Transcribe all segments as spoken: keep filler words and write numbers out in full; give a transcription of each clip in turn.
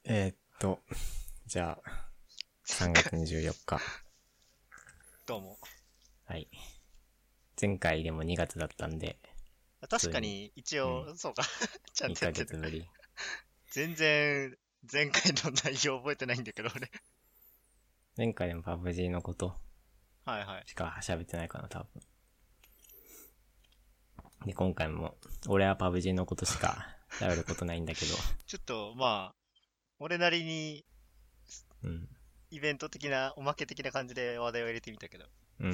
えー、っと、じゃあ、さんがつにじゅうよっか。 どうも。 はい。前回でもにがつだったんで、普通に、 確かに、一うん、 応、そうか。ちゃん 1ヶとやってる。 月ぶり。 全然、前回の内容覚えてないんだけど、俺。 前回でも パブジー のことはいはい。 しか喋ってないかな、多分。で、今回も、俺は パブジー のことしか喋ることないんだけど、 ちょっと、まあ、俺なりに、 うん、 イベント的な、おまけ的な感じで話題を入れてみたけど。 うん。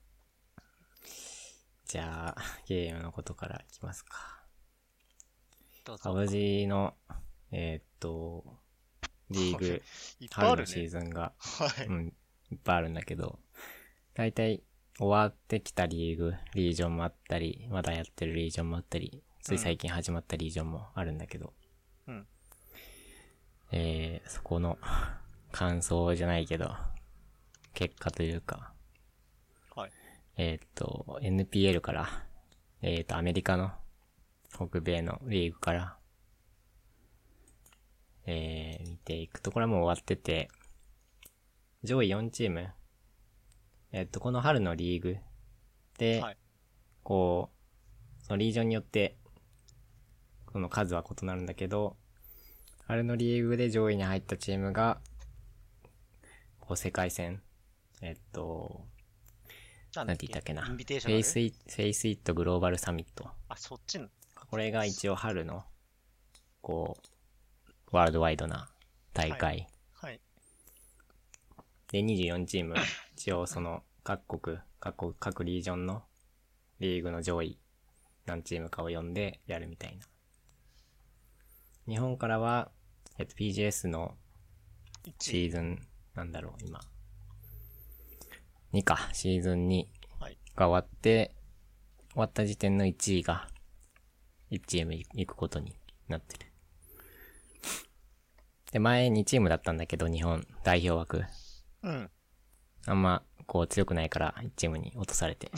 じゃあ、ゲームのことからいきますか。 どうぞ。 パブジー の、えー、っと、リーこれ、 グ、 いっぱいあ春のるね。 シーズンが、 はい。 うん、いっぱいあるんだけど、だいたい終わってきたリーグ、リージョンもあったり、まだやってるリージョンもあったり、つい最うん。 近始まったリージョンもあるんだけど、 うん。 えー、そこの感想じゃないけど、結果というか、 はい。 えーっと、エヌピーエル から、えーっと、アメリカの北米のリーグから、えー、見ていくと、これはもう終わってて、上位よんチーム、えーっと、この春のリーグで、 はい。 こう、そのリージョンによって、その数は異なるんだけど、あれのリーグで上位に入ったチームが、こう世界戦、えっと、なんなんだっけて言ったっけな。 インビテーショナル。 フェイスイ、フェイスイットグローバルサミット。 あ、そっちの。 これが一応春の、こう、ワールドワイドな大はい。 会。 はい。 で、にじゅうよんチーム、一応その、各国、各国、各リージョンのリーグの上位何チームかを呼んでやるみたいな。日本からは、えっと、ピージーエス のいちい。 シーズン、なんだろう、今。にか、シーズンにはい。 が終わって、終わった時点のいちいがいちチーム行くことになってる。で、前にチームだったんだけど、日本代表枠。 うん。 あんま、こう強くないからいちチームに落とされて。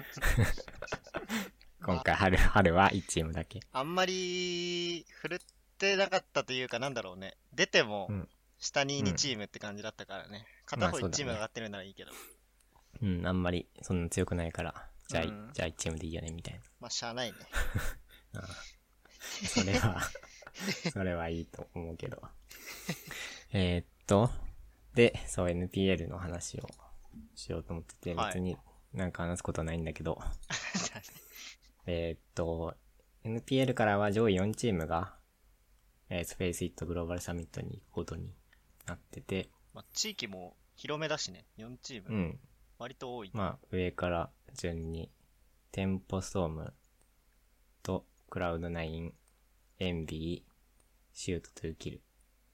今ま回春、春はいちチームだけ。 あ、あんまり、振るってなかったというか、なんだろうね。出ても、 うん。 下ににうん。 チームって感じだったからね。片まあ方いちそうだね。 チーム上がってるならいいけど。 うん、あんまりそんな強くないから、じゃあ、 うん。 じゃあいちチームでいいよね、みたいまあ、しゃあないね。 な。ああそれはそれはいいと思うけど。えー、っと、で、そう エヌピーエル の話をしようと思ってて、 はい。 別になんか話すことはないんだけど、えー、っと、エヌピーエル からは上位よんチームが、えー、スペースイットグローバルサミットに行くことになってて、 まあ、地域も広めだしね。よんチーム。 うん。 割と多いね。 まあ、上から順に、テンポストームと、クラウドナイン、エンビー、シュートトゥーキル。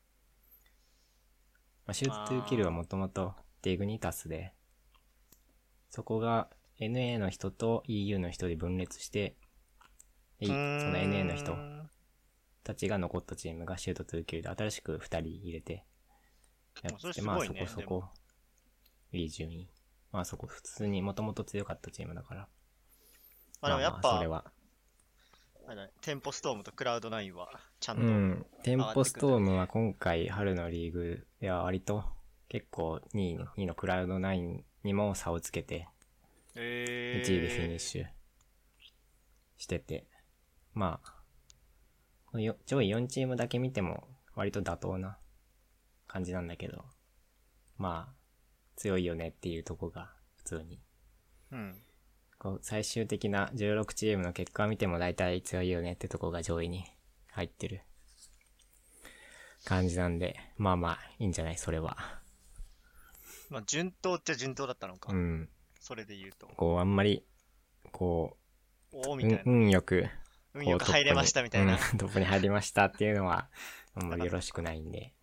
まあ、シュートトゥーキルはあもともとディグニタスで、そこが エヌエー の人と イーユー の人で分裂して、 ー。うその エヌエー の人ーん。 たちが残ったチームがシュートトゥーキルで新しくふたり入れてやっそれてて、まあそこすごいね。でも。 そこいい順位。まあそこ普通にもともと強かったチームだから。 まあ、でまあもやっぱ、 まあそれは。 あれだね、テンポストームとクラウドナインは、ちゃんとうん。テン上がっポスてくんだね。 トームは今回春のリーグでは割と結構にいの、にいのクラウドナインにも差をつけていちいでフィニッえシュしてて。まあ、この上位よんチームだけ見ても割と妥当な感じなんだけど、まあ、強いよねっていうとこが普通に。 ー。うん。 こう最終的なじゅうろくチームの結果を見ても大体強いよねってとこが上位に入ってる感じなんで、まあまあ、いいんじゃないそれは。 まあ、順当っちゃ順当だったのか。 うん。 それで言うと。 こう、あんまり、こう、うん、 おおみたいな。 運よく、こう運よくトップに、 入れましたみたうん、 いな。 トップに入りましたっていうのは、あんまなかった。 りよろしくないんで。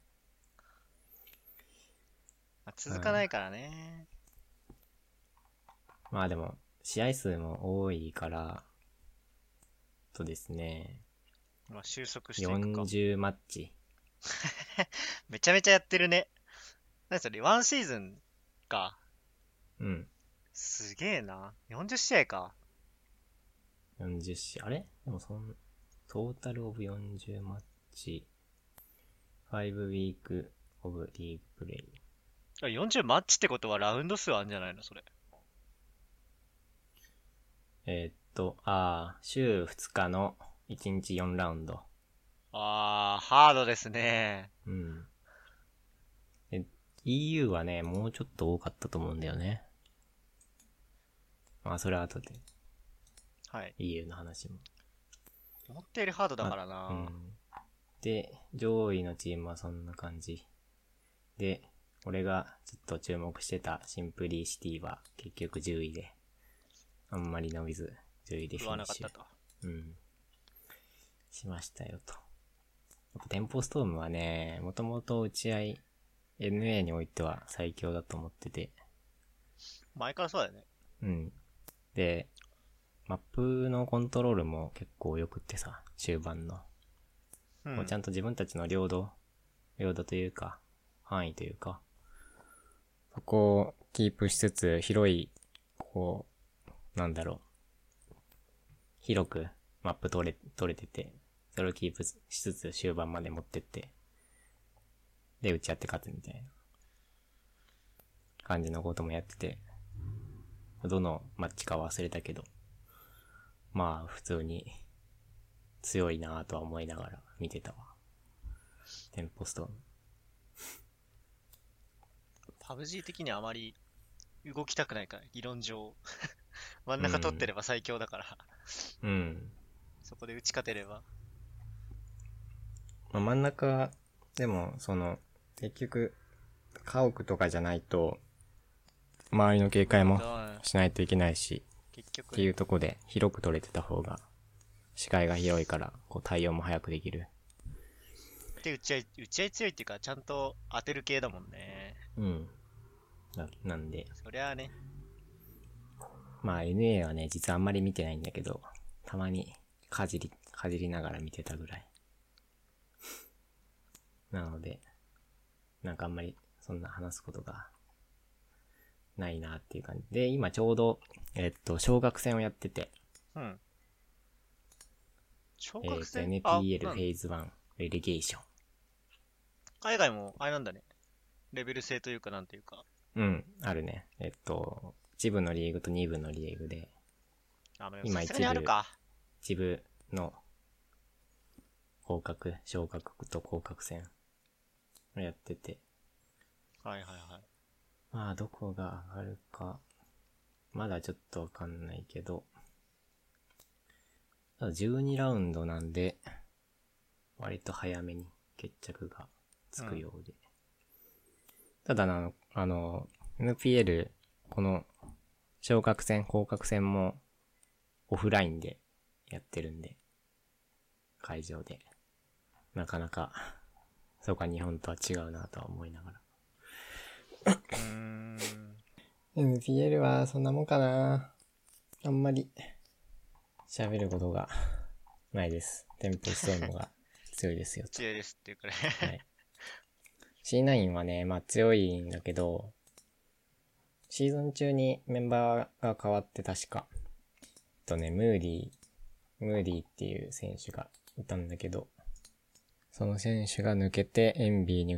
まあ、 うん。 続かないからね。 まあでも、試合数も多いから、そうですね。 まあ、収束していくか。 よんじゅうマッチ。 めちゃめちゃやってるね。何それ、ワンシーズンか。 うん。 すげえな。よんじゅう試合か。 よんじゅう試合。あれでもそん、トータルオブよんじゅうマッチ。 ファイブウィークオブリーグプレイ。 あよんじゅうマッチってことはラウンド数あるんじゃないのそれ。 えーっと、ああ、週ふつかのいちにちよんラウンド。 あー、ハードですね。 うん。で イーユー はね、もうちょっと多かったと思うんだよね。まあ、それは後ではい。 イーユー の話も。 思ったよりハードだからうな。 ん。で、上位のチームはそんな感じ。で、俺がちょっと注目してたシンプリシティは結局じゅういで、あんまり伸びずじゅういでフ振るわィニッシュ。 なかったと。 うん。しましたよと。やっぱテンポストームはね、もともと打ち合い エヌエー においては最強だと思ってて。 前からそうだよね。 うん。で、マップのコントロールも結構良くってさ、終盤の。 うん。 こうちゃんと自分たちの領土、領土というか、範囲というか、そこをキープしつつ、広い、こう、なんだろう。広くマップ取れ、取れてて、それをキープしつつ終盤まで持ってって、で、打ち合って勝つみたいな感じのこともやってて、どのマッチか忘れたけど、まあ、普通に強いなぁとは思いながら見てたわ。テンポストーム。 パブジー 的にはあまり動きたくないから、理論上。真ん中取ってうん。 れば最強だから、 うん。 そこで打ち勝てれば。 まあ、真ん中、でも、その、結局、家屋とかじゃないと、周りの警戒もうんしないといけないし、 結局ね、 っていうとこで広く取れてた方が、視界が広いから、こう対応も早くできる。 で、打ち合い、打ち合い強いっていうか、ちゃんと当てる系だもんね。 うん。な、なんで、 そりゃあね、 まあ エヌエー はね、実はあんまり見てないんだけど、たまにかじり、かじりながら見てたぐらい。なので、なんかあんまりそんな話すことがないなっていう感じ。で、今ちょうど、えっと、小学戦をやってて、 うん。小えっと、 学生エヌピあ、 ーエルなんフェーズワン、レレゲーション。 海外も、あれなんだね。レベル制というか、なんていうか。 うん、あるね。えっと、いち部のリーグとに部のリーグで、 あ、まあ、 今さすがにあるか。 いち部の降格、昇格と降格戦をやってて、 はいはいはい。 まあどこが上がるか、まだちょっとわかんないけど、ただじゅうにラウンドなんで、割と早めに決着がつくようで。うん、ただな、あの、エヌピーエル、この、昇格戦、降格戦も、オフラインでやってるんで、会場で。なかなか、そうか日本とは違うなとは思いながら。 うーん。 エヌピーエル はそんなもんかな。あんまり、喋ることがないです。テンポストームが強いですよと。 強いですっていうかね。 はい。シーナイン はね、まあ強いんだけど、シーズン中にメンバーが変わって確か、えっとね、ムーディー、ムーディーっていう選手がいたんだけど、その選手が抜けてエンビーに移って、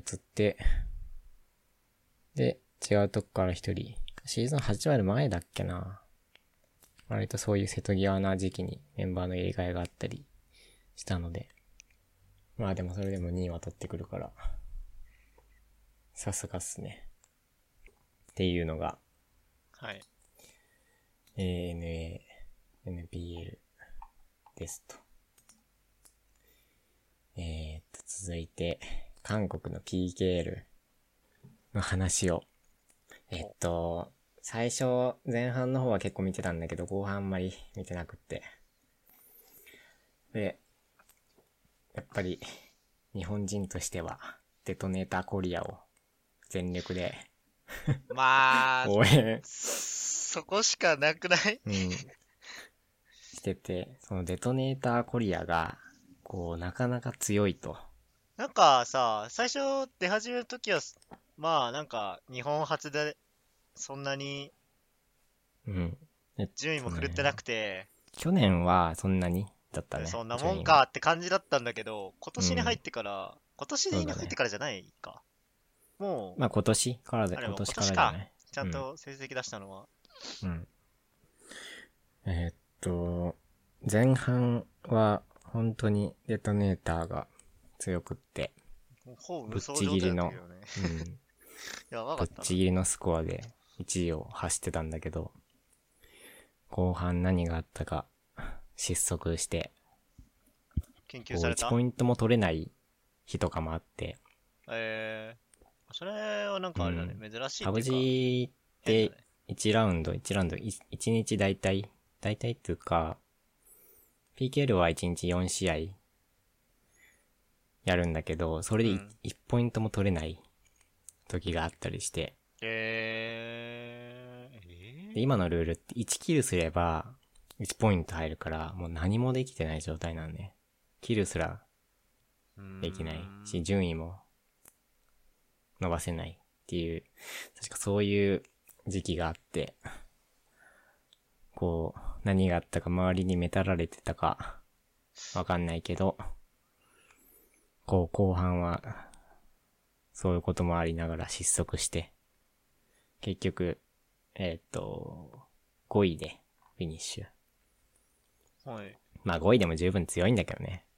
で、違うとこから一人、シーズン始まる前だっけな。割とそういう瀬戸際な時期にメンバーの入れ替えがあったりしたので、まあでもそれでもにいは取ってくるから、さすがっすね。っていうのが、 はい。 エーエヌエー、エヌピーエル ですと。えーっと、続いて、韓国の ピーケーエル の話を。えっと、最初、前半の方は結構見てたんだけど、後半あんまり見てなくって。で、やっぱり、日本人としては、デトネーターコリアを全力でまあ、 応援そこしかなくないうん。してて、そのデトネーターコリアが、こう、なかなか強いと。 なんかさ、最初出始めるときは、まあなんか日本初でそんなにうん。えっ順位もとね振るってなくて、 去年はそんなにだったね。 そんなもん順位は。 かって感じだったんだけど、今うん。 年に入ってから今年で入ってからじゃないか。もう、 まあ今年からで、 あれも今年今年かからじゃない。 ちゃんと成績出したのは。 うん。えーっと、前半は本当にデトネーターが強くって、 もうほぼぶっ無双ちぎりの、 状態だったけどね。 うん、 やばかぶっったな。 ちぎりのスコアでいちいを走ってたんだけど、後半何があったか失速して、こういち研究されたポイントも取れない日とかもあって、 えー、それはなんかあれだね。 うん、 珍しいパブっていうか、 G って変だね。 いちラウンド、いちラウンド、いちにちだいたい、だいたいっていうか、ピーケーエル はいちにちよん試合やるんだけど、それで いち,、 うん。 いちポイントも取れない時があったりして、 えー、えで今のルールっていちキルすればいちポイント入るから、もう何もできてない状態なんね。キルすらー、うーん。 できないし、順位も伸ばせないっていう、確かそういう時期があって、こう、何があったか周りにめたられてたか、わかんないけど、こう後半は、そういうこともありながら失速して、結局、えーっと、ごいでフィニッシュ。 はい。 まあごいでも十分強いんだけどね。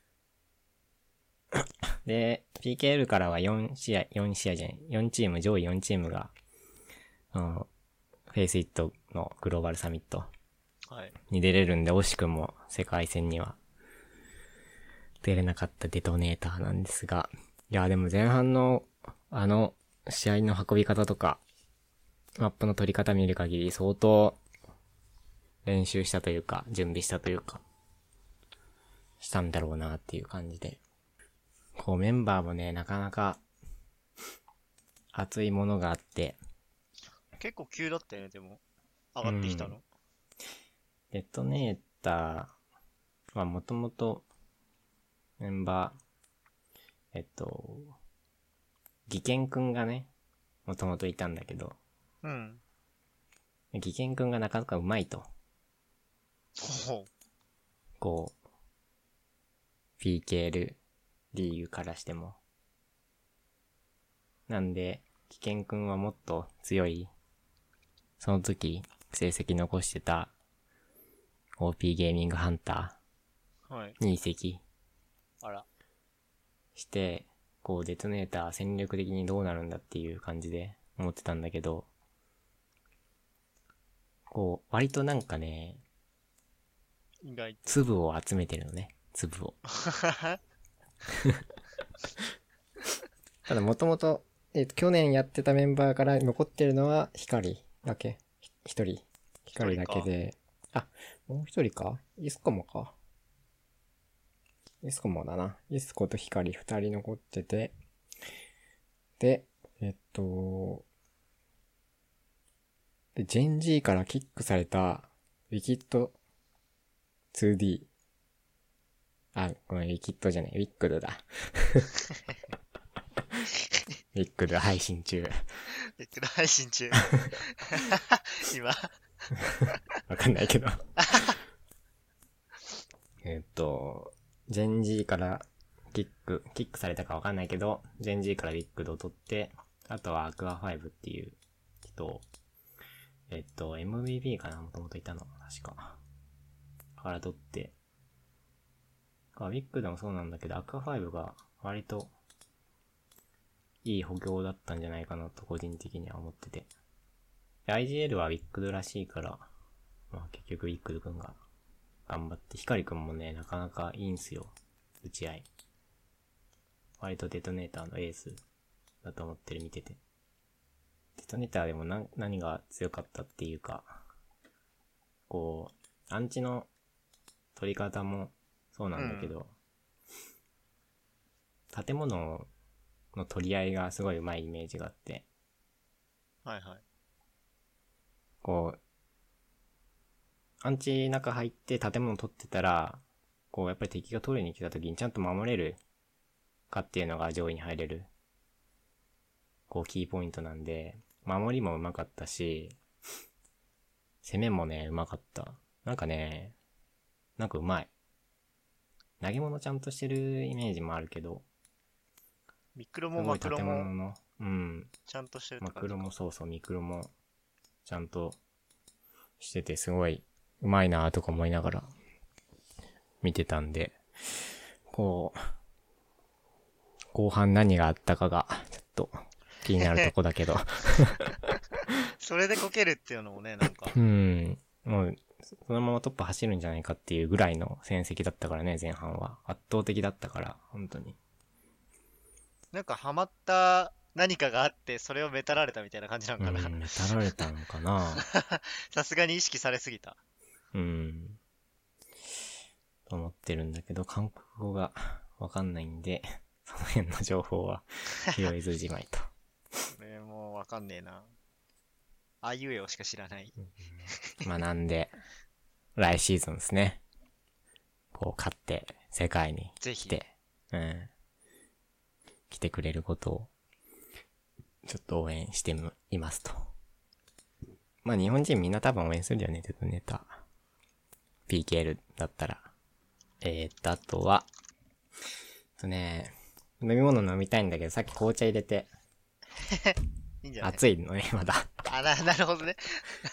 で、ピーケーエル からはよん試合、よん試合じゃない、よんチーム、上位よんチームが、うん、フェイスイットのグローバルサミットはい。 に出れるんで、惜しくも世界戦には出れなかったデトネーターなんですが、いや、でも前半の、あの、試合の運び方とか、マップの取り方見る限り相当練習したというか、準備したというか、したんだろうなっていう感じで。こうメンバーもね、なかなか熱いものがあって、 結構急だったよね、でも。上がってきたの。 うん、デトネーターはもともとメンバー、えっと、技研くんがね、もともといたんだけど、 うん。 技研くんがなかなか上手いと。 ほこう、ピーケーエル リーグからしても。なんで、技研くんはもっと強い、その時、成績残してた オーピー ゲーミングハンタう。はい。 ーに移籍あら。 して、こうデトネーター戦力的にどうなるんだっていう感じで思ってたんだけど、こう、割となんかね、 意外と。 粒を集めてるのね。粒を。ただもともと、えっと、去年やってたメンバーから残ってるのは光だけ。一人。光だけで。あ、もう一人かイスコもか。イスコもだな。イスコと光二人残ってて。で、えっと、で、ジェンジーからキックされた、ウィキッド ツーディー。あ、ごめん、ウィキッドじゃない、ウィックドだ。ウィックド配信中。 えっと、配信中。今。 わかんないけど。えっと、ジェンジーからキック、キックされたかわかんないけど、ジェンジーからウィックドを取って、あとはアクアファイブっていう人を、えっと、エムブイピー かなもともといたの。確か。から取って、ウィックでもそうなんだけど、アクアファイブが割といい補強だったんじゃないかなと個人的には思ってて。で アイジーエル はウィックドらしいから、まあ結局ウィックドくんが頑張って、ヒカリくんもね、なかなかいいんすよ。打ち合い。割とデトネーターのエースだと思ってる見てて。デトネーターでもな何が強かったっていうか、こう、アンチの取り方もそうなんだけど、うん、建物の取り合いがすごい上手いイメージがあって、 はいはい。 こう、アンチ中入って建物取ってたら、こうやっぱり敵が取りに来た時にちゃんと守れるかっていうのが上位に入れる、こうキーポイントなんで、守りも上手かったし、攻めもね、上手かった。なんかね、なんか上手い。投げ物ちゃんとしてるイメージもあるけど、 ミクロすもマクロごい建物もの、うん。 ちゃんとしてるってマ感じか。 クロもそうそう、ミクロもちゃんとしてて、すごいうまいなとか思いながら見てたんで、こう、後半何があったかが、ちょっと気になるとこだけど。 それでこけるっていうのもね、なんか。 うん。もう、そのままトップ走るんじゃないかっていうぐらいの戦績だったからね、前半は。圧倒的だったから、本当に。 なんかハマった何かがあって、それをメタられたみたいな感じなんかな。 うん、めたられたのかな。 さすがに意識されすぎた。 うん。と思ってるんだけど、韓国語がわかんないんで、その辺の情報は拾いずじまいと。 俺もうわかんねえな。あいうえおしか知らない。 まあなんで、来シーズンですね。こう勝って世界にぜひ。 来て、うん。来てくれることを、ちょっと応援していますと。まあ日本人みんな多分応援するよね、デトネーター。ピーケーエル だったら。えーっと、あとは、とね、飲み物飲みたいんだけど、さっき紅茶入れて、 いいんじゃない？ 熱いのね、まだ。 あ、な、なるほどね。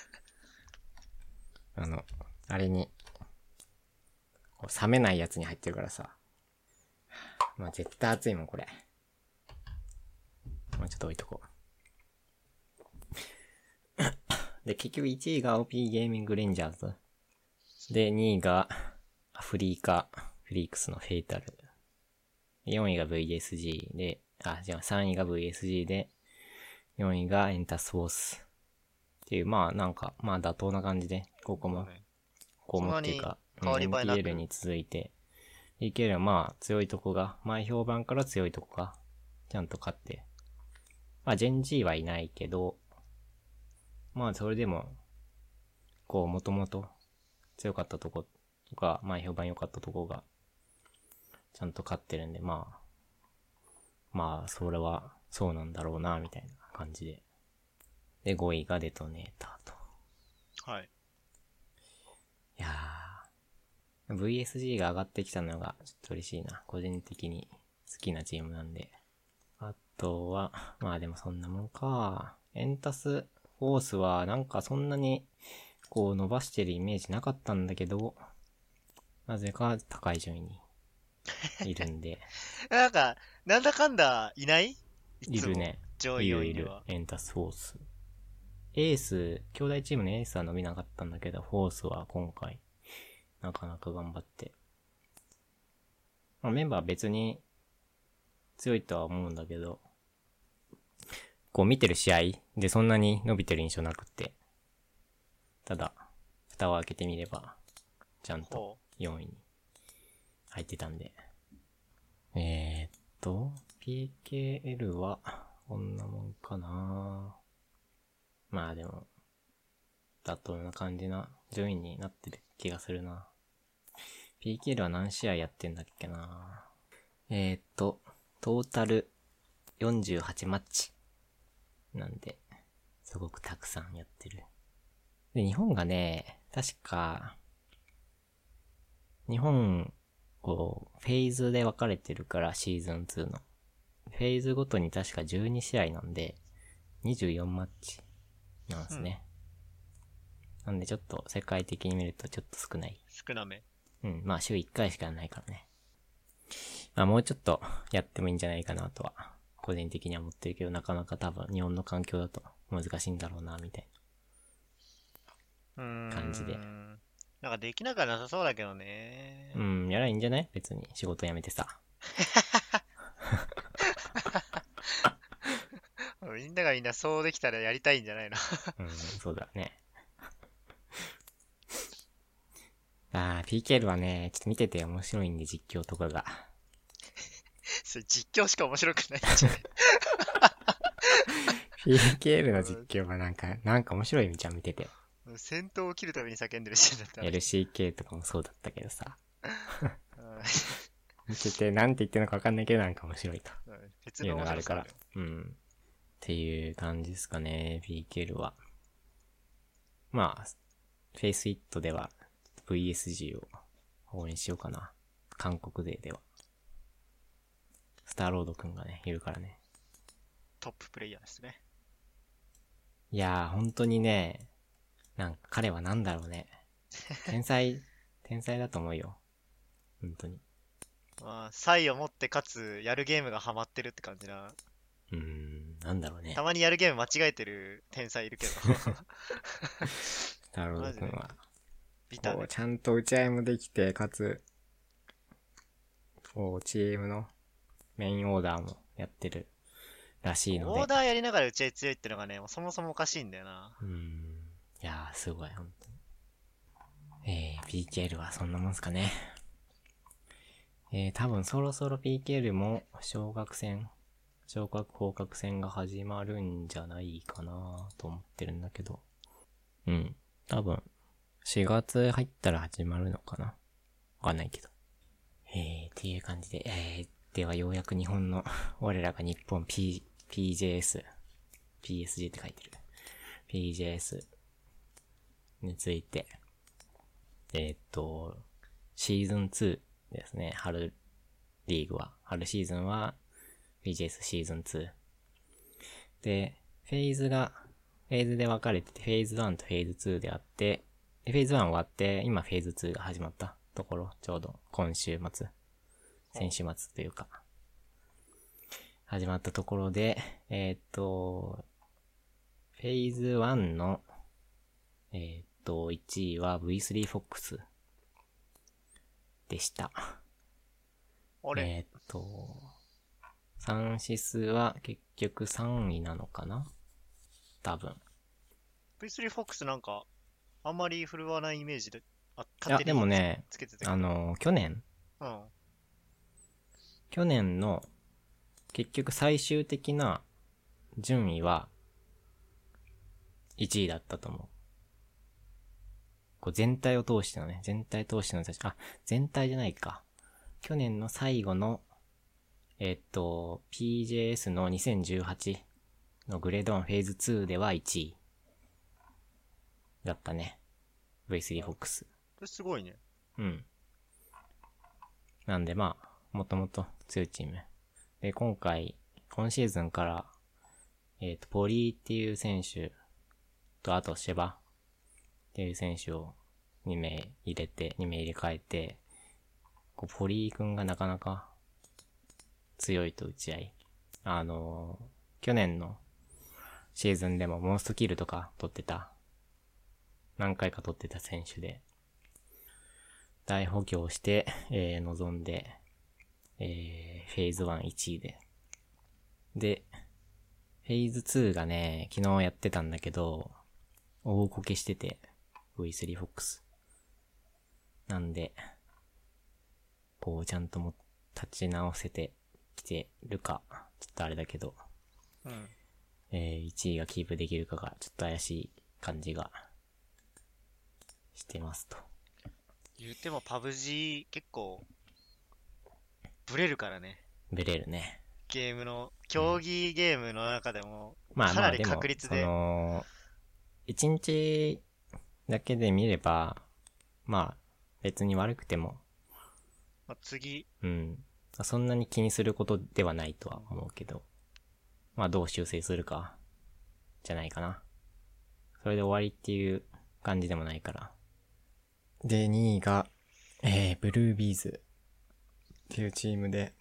あの、あれに、こう冷めないやつに入ってるからさ。まあ絶対熱いもん、これ。もうちょっと置いとこう。で、結局いちいが オーピー ゲーミングレンジャーズ。で、にいがアフリカ、フリークスのフェイタル。よんいが ブイエスジー で、あ、じゃあさんいが ブイエスジー で、よんいがエンタスフォース。っていう、まあなんか、まあ妥当な感じで、ここも、 ね、 こうもっていうか、 変わり映えなくエヌピーエル に続いて、ピーケーエル はまあ強いとこが、前評判から強いとこが、ちゃんと勝って、まあジェンジーはいないけど、まあそれでも、こうもともと強かったとことか、前評判良かったとこが、ちゃんと勝ってるんで、まあ、まあそれはそうなんだろうな、みたいな感じで。で、ごいがデトネーターと。 はい。 いやー、ブイエスジー が上がってきたのがちょっと嬉しいな。個人的に好きなチームなんで。あとは、まあでもそんなもんか。エンタスフォースはなんかそんなにこう伸ばしてるイメージなかったんだけど、なぜか高い順位にいるんで。 なんか、なんだかんだいないいつもいるね。 上位いるいる。 よんいには。 エンタスフォース。エース、兄弟チームのエースは伸びなかったんだけど、フォースは今回、なかなか頑張って。まあ、メンバー別に強いとは思うんだけど、こう見てる試合でそんなに伸びてる印象なくって。ただ、蓋を開けてみれば、ちゃんとよんいに入ってたんで。えー、っと、ピーケーエル は、こんなもんかな。まあでも、妥当な感じな順位になってる気がするな。ピーケーエル は何試合やってんだっけな。えー、っと、トータルよんじゅうはちマッチ。なんで、すごくたくさんやってる。で、日本がね、確か、日本、こう、フェーズで分かれてるから、シーズンツーの。フェーズごとに確かじゅうに試合なんで、にじゅうよんマッチなんですね。うん、なんでちょっと世界的に見るとちょっと少ない。 少なめ。 うん、まあ週いっかいしかないからね。まあもうちょっとやってもいいんじゃないかなとは、個人的には思ってるけど、なかなか多分日本の環境だと難しいんだろうな、みたいな感じで。 なんかできなくはなさそうだけどね。 うん、やらいいんじゃない？別に仕事辞めてさ。 みんながみんなそうできたらやりたいんじゃないの？ うん、そうだね。あー、ピーケーエル はね、ちょっと見てて面白いんで、実況とかが。 それ実況しか面白くないんじゃない？ ピーケーエル の実況はなんか、なんか面白いみちゃん見てて。 戦闘を切るために叫んでる人だったら。 エルシーケー とかもそうだったけどさ。見てて、なんて言ってるのかわかんないけど、なんか面白いと。 別のいうのがあるから。 面白さあるよ。 うん。っていう感じですかね、ピーケーエル は。まあ、フェイスイットでは ブイエスジー を応援しようかな。韓国勢では。 スターロードくんがね、いるからね。 トッププレイヤーですね。 いやー、本当にね、なんか彼はなんだろうね。天才、天才だと思うよ。本当に。 まあ、才を持ってかつ、やるゲームがハマってるって感じな。 うーん、なんだろうね。 たまにやるゲーム間違えてる天才いるけど。 スターローマジで。 ドくんは。 ビタで。 こう、ちゃんと打ち合いもできて、かつ、こう、チームのメインオーダーもやってるらしいので。 オーダーやりながら打ち合い強いってのがね、もうそもそもおかしいんだよな。 うーん。いやー、すごい、本当に。えー、ピーケーエル はそんなもんすかね。えー、多分そろそろ ピーケーエル も昇格戦、昇格降格戦が始まるんじゃないかなと思ってるんだけど。うん。多分、しがつ入ったら始まるのかなわかんないけど。えー、っていう感じで、えー、ではようやく日本の、我らが日本 P、ピージェーエス、ピーエスジー って書いてる。ピージェーエス について、えー、っと、シーズンツーですね。春リーグは。春シーズンは ピージェーエス シーズンツー。で、フェーズが、フェーズで分かれてて、フェーズワンとフェーズツーであって、フェーズワン終わって、今フェーズツーが始まったところ、ちょうど今週末、先週末というか、始まったところで、えー、っと、フェーズワンの、えー、っと、いちいは ブイスリー Fox でした。 あれ、 えー、っと、サンシスは結局さんいなのかな多分。 ブイスリー Fox なんか、あんまり振るわないイメージで、あ、 いや、 勝手にでもね、 つけてたけど。 あの、去年うん。 去年の結局最終的な順位はいちいだったと思う。こう全体を通してのね、全体通しての、あ、全体じゃないか。去年の最後の、えっと、ピージェーエス のにせんじゅうはちのグレードワンフェーズツーではいちいだったね。ブイスリー Fox。 これすごいね。 うん。なんでまあ、もともと強いチーム。で、今回、今シーズンから、えっと、ポリーっていう選手と、あとシェバっていう選手をにめい入れて、にめい入れ替えて、こうポリー君がなかなか強いと打ち合い。あのー、去年のシーズンでもモンストキルとか取ってた、何回か取ってた選手で、大補強して、えー、臨んで、えー、フェーズワンいちいで。で、フェーズツーがね、昨日やってたんだけど、大こけしてて、ブイスリー Fox。なんで、こうちゃんとも立ち直せてきてるか、ちょっとあれだけど、 うん。 えー、いちいがキープできるかがちょっと怪しい感じがしてますと。 言うてもパブジー結構、ブレるからね。 ブレるね。 ゲームの、競技ゲームの中でも、 まあかなりまあでも、そ確率で。 の、一日だけで見れば、まあ別に悪くても、 まあ、次、 うん。そんなに気にすることではないとは思うけど、まあどう修正するか、じゃないかな。それで終わりっていう感じでもないから。で、にいが、えー、ブルービーズっていうチームで、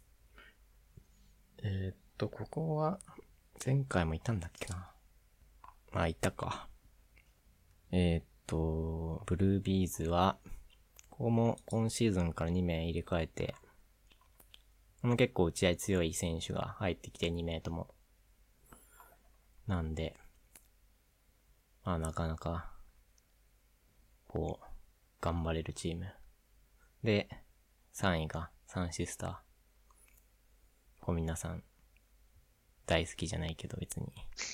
えー、っと、ここは、前回もいたんだっけな。まあ、いたか。えー、っと、ブルービーズは、ここも今シーズンからにめい入れ替えて、この結構打ち合い強い選手が入ってきてにめいとも。なんで、まあなかなか、こう、頑張れるチーム。で、さんいがサンシスター。こう皆さん、大好きじゃないけど別に。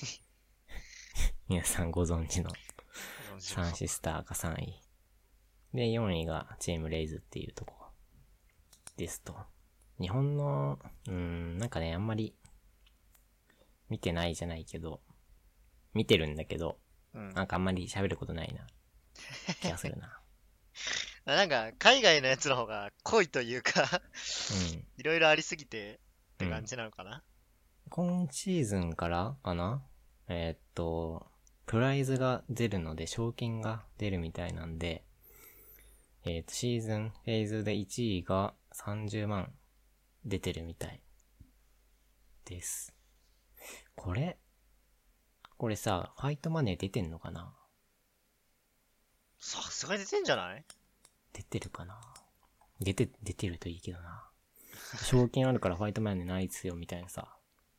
皆さんご存知のサンシスターがさんい。で、よんいがチームレイズっていうとこですと。日本の、うーん、なんかね、あんまり見てないじゃないけど、見てるんだけど、 うん、 なんかあんまり喋ることないな。気がするな。 なんか、海外のやつの方が濃いというかうん。 いろいろありすぎて、 って感じなのかな、 今シーズンからかなえーっと、プライズが出るので、賞金が出るみたいなんで、えーっと、シーズンフェーズでいちいがさんじゅうまん出てるみたいです。これ、これさ、ファイトマネー出てんのかな？ さすがに出てんじゃない？ 出てるかな？出て、出てるといいけどな。賞金あるからファイトマネーないっすよみたいなさ。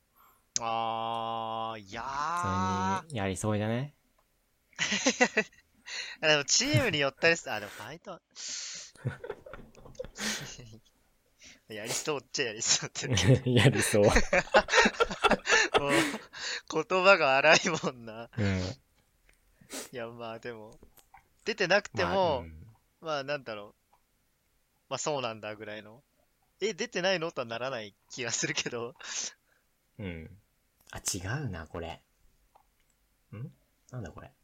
あー、いやー。 それに、やりそうじゃね？ あでもチームによったりす、あ、でもファイト、やりそうっちゃやりそうって言うけやりそう。 ど、もう、言葉が荒いもんな。 うん。 いや、まあでも、出てなくてまあ、うも、 ん。 まあなんだろう。まあそうなんだぐらいの。え、出てないのとはならない気がするけど。 うん。あ、違うな、これ。んなんだこれ。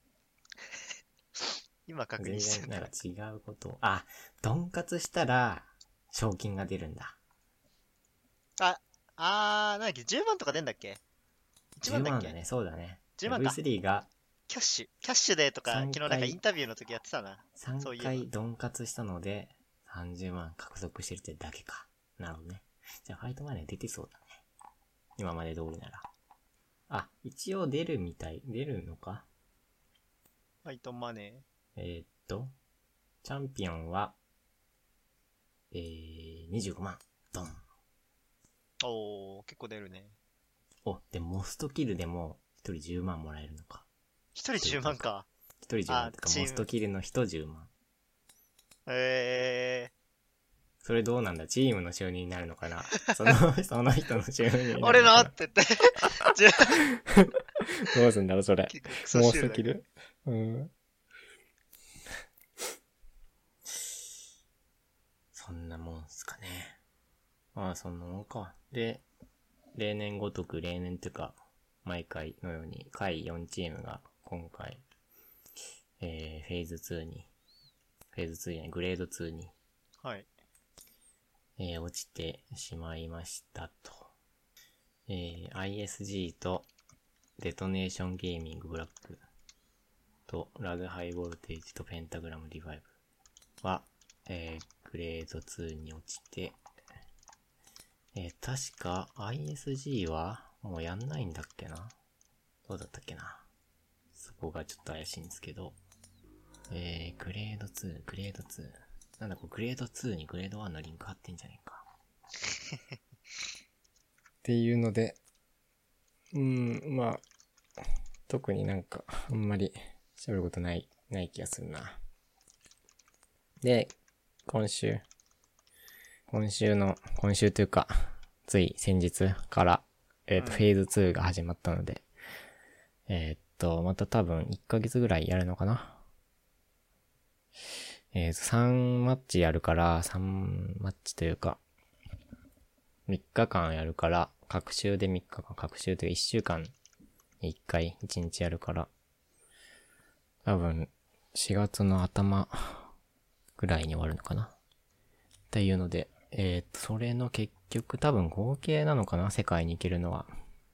今確認全してんだ。 然なんか違うこと。あ、ドンカツしたら、賞金が出るんだ。 あ、あー、なんだっけ、じゅうまんとか出んだっけ？ いち 10 万だっけ？ 万だね、そうだね。 じゅう 万か。 ブイスリー がキャッシュ。キャッシュでとか、 3 昨日なんかイ回、 ンタビューの時やってたな。そう 3 いえば。 回ドンカツしたので、さんじゅうまん獲得してるってだけか。なるほどね。じゃあファイトマネー出てそうだね。今まで通りなら。あ、一応出るみたい。出るのか？ ファイトマネえー、っと、チャンピオンは、えー、にじゅうごまん。ドン。 ー。おー、結構出るね。 お、で、モストキルでも、ひとりじゅうまんもらえるのか。 一人じゅうまんか。 ひとりじゅうまんあとか、 チームモストキルの人じゅうまん。 えそれどうなんだ？チームの収入になるのかな？その、その人の収入になるー。 のかな？ 俺のって言って。じゅうどうすんだろう、それ。 結構クソモー集だけど。 ストキルうん。そんなもんすかね。まあ、そんなもんか。で、例年ごとく、例年っていうか、毎回のように、下位よんチームが今回、えー、フェーズツーに、フェーズツーじゃない、グレードツーに、 はい。 えー、落ちてしまいましたと。えー、アイエスジー と、デトネーションゲーミングブラックと、ラグハイボルテージとペンタグラムリバイブは、えー、グレードツーに落ちて、えー、確か アイエスジー はもうやんないんだっけな？どうだったっけな？そこがちょっと怪しいんですけど、えー、グレードツー、グレードツー。なんだこれグレードツーにグレードワンのリンク貼ってんじゃねえか。っていうので、うーん、まあ、特になんか、あんまり喋ることない、ない気がするな。で、今週、今週の、今週というか、つい先日から、えっと、 うんフェーズツーが始まったので、えーっと、また多分いっかげつぐらいやるのかな。えーっと、さんマッチやるから、さんマッチというか、みっかかんやるから、各週でみっかかん、各週というかいっしゅうかんにいっかい、いちにちやるから、多分、しがつの頭ぐらいに終わるのかな。っていうので、えーっと、それの結局多分合計なのかな、世界に行けるのは。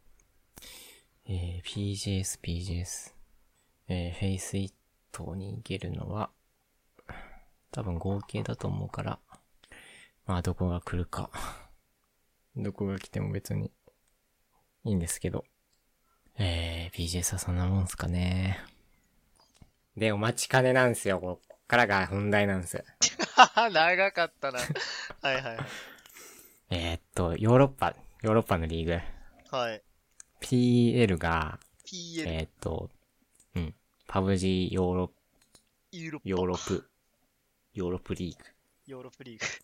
えー、ピージェーエス、ピージェーエス。えー、フェイスイットに行けるのは、多分合計だと思うから、まあどこが来るか。どこが来ても別にいいんですけど。えー、ピージェーエス はそんなもんすかね。で、お待ちかねなんですよ。こっからが本題なんです。 長かったな。はいはいはい。 えー、っと、ヨーロッパ、ヨーロッパのリーグ。 はい。 ピーエル が、 ピーエル。 えー、っと、うん。パブジー ヨーロッ、 ユーロッパ。 ヨーロップ、ヨーロップリーグヨーロップリーグ。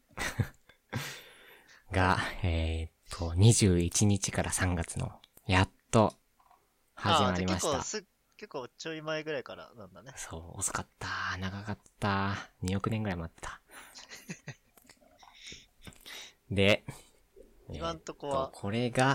が、えー、っと、にじゅういちにちからさんがつの、やっと、始まりました。 あーじゃあ結構す、結構ちょい前ぐらいからなんだね。 そう、遅かった。長かった。におくねんぐらい待ってた。で、 今んとこえーっは、 これが、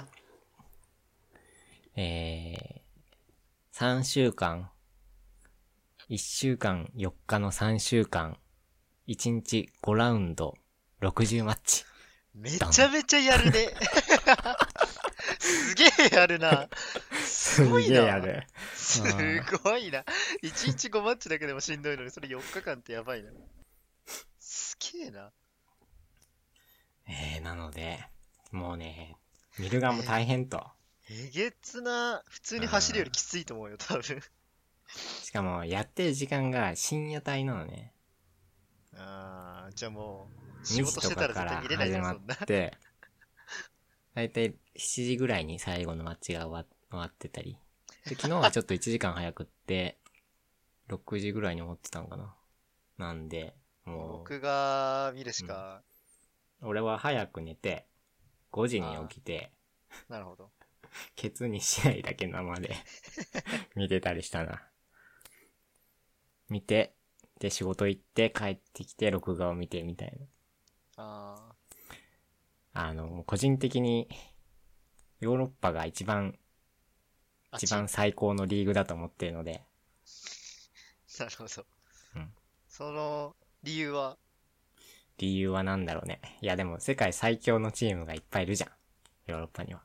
えー、さんしゅうかん、いっしゅうかんよっかのさんしゅうかん、いちにちごラウンド、ろくじゅうマッチ。 めちゃめちゃやるね。すげえやるな。すごいすげえやな。 る。 すうんごいな。いちにちごマッチだけでもしんどいのに、それよっかかんってやばいな。すげえな。 えー、なので、もうね、見る側も大変と。 えげつな、普通に走るよりきついと思うよ、多分。 しかも、やってる時間が深夜帯なのね。 あー、じゃあもう、仕 2時事してたらとかから絶対見れないじゃん、 始まっそんな。 て、だいたいしちじぐらいに最後のマッチが終わ終わってたり。で、昨日はちょっといちじかん早くって、ろくじぐらいに終わってたんかな。なんで、も僕が見るしか、 う、俺は早く寝て、ごじにあ起きて、 ー、なるほど。 ケツにしないだけ生で見てたりしたな。見て、で仕事行って帰ってきて録画を見てみたいあな。あの、個人的にヨーロッパが一番、 ー、 一番最高のリーグだと思ってるので、 なるほど。 うんその理由は、 理由はなんだろうね。いやでも世界最強のチームがいっぱいいるじゃん。ヨーロッパには。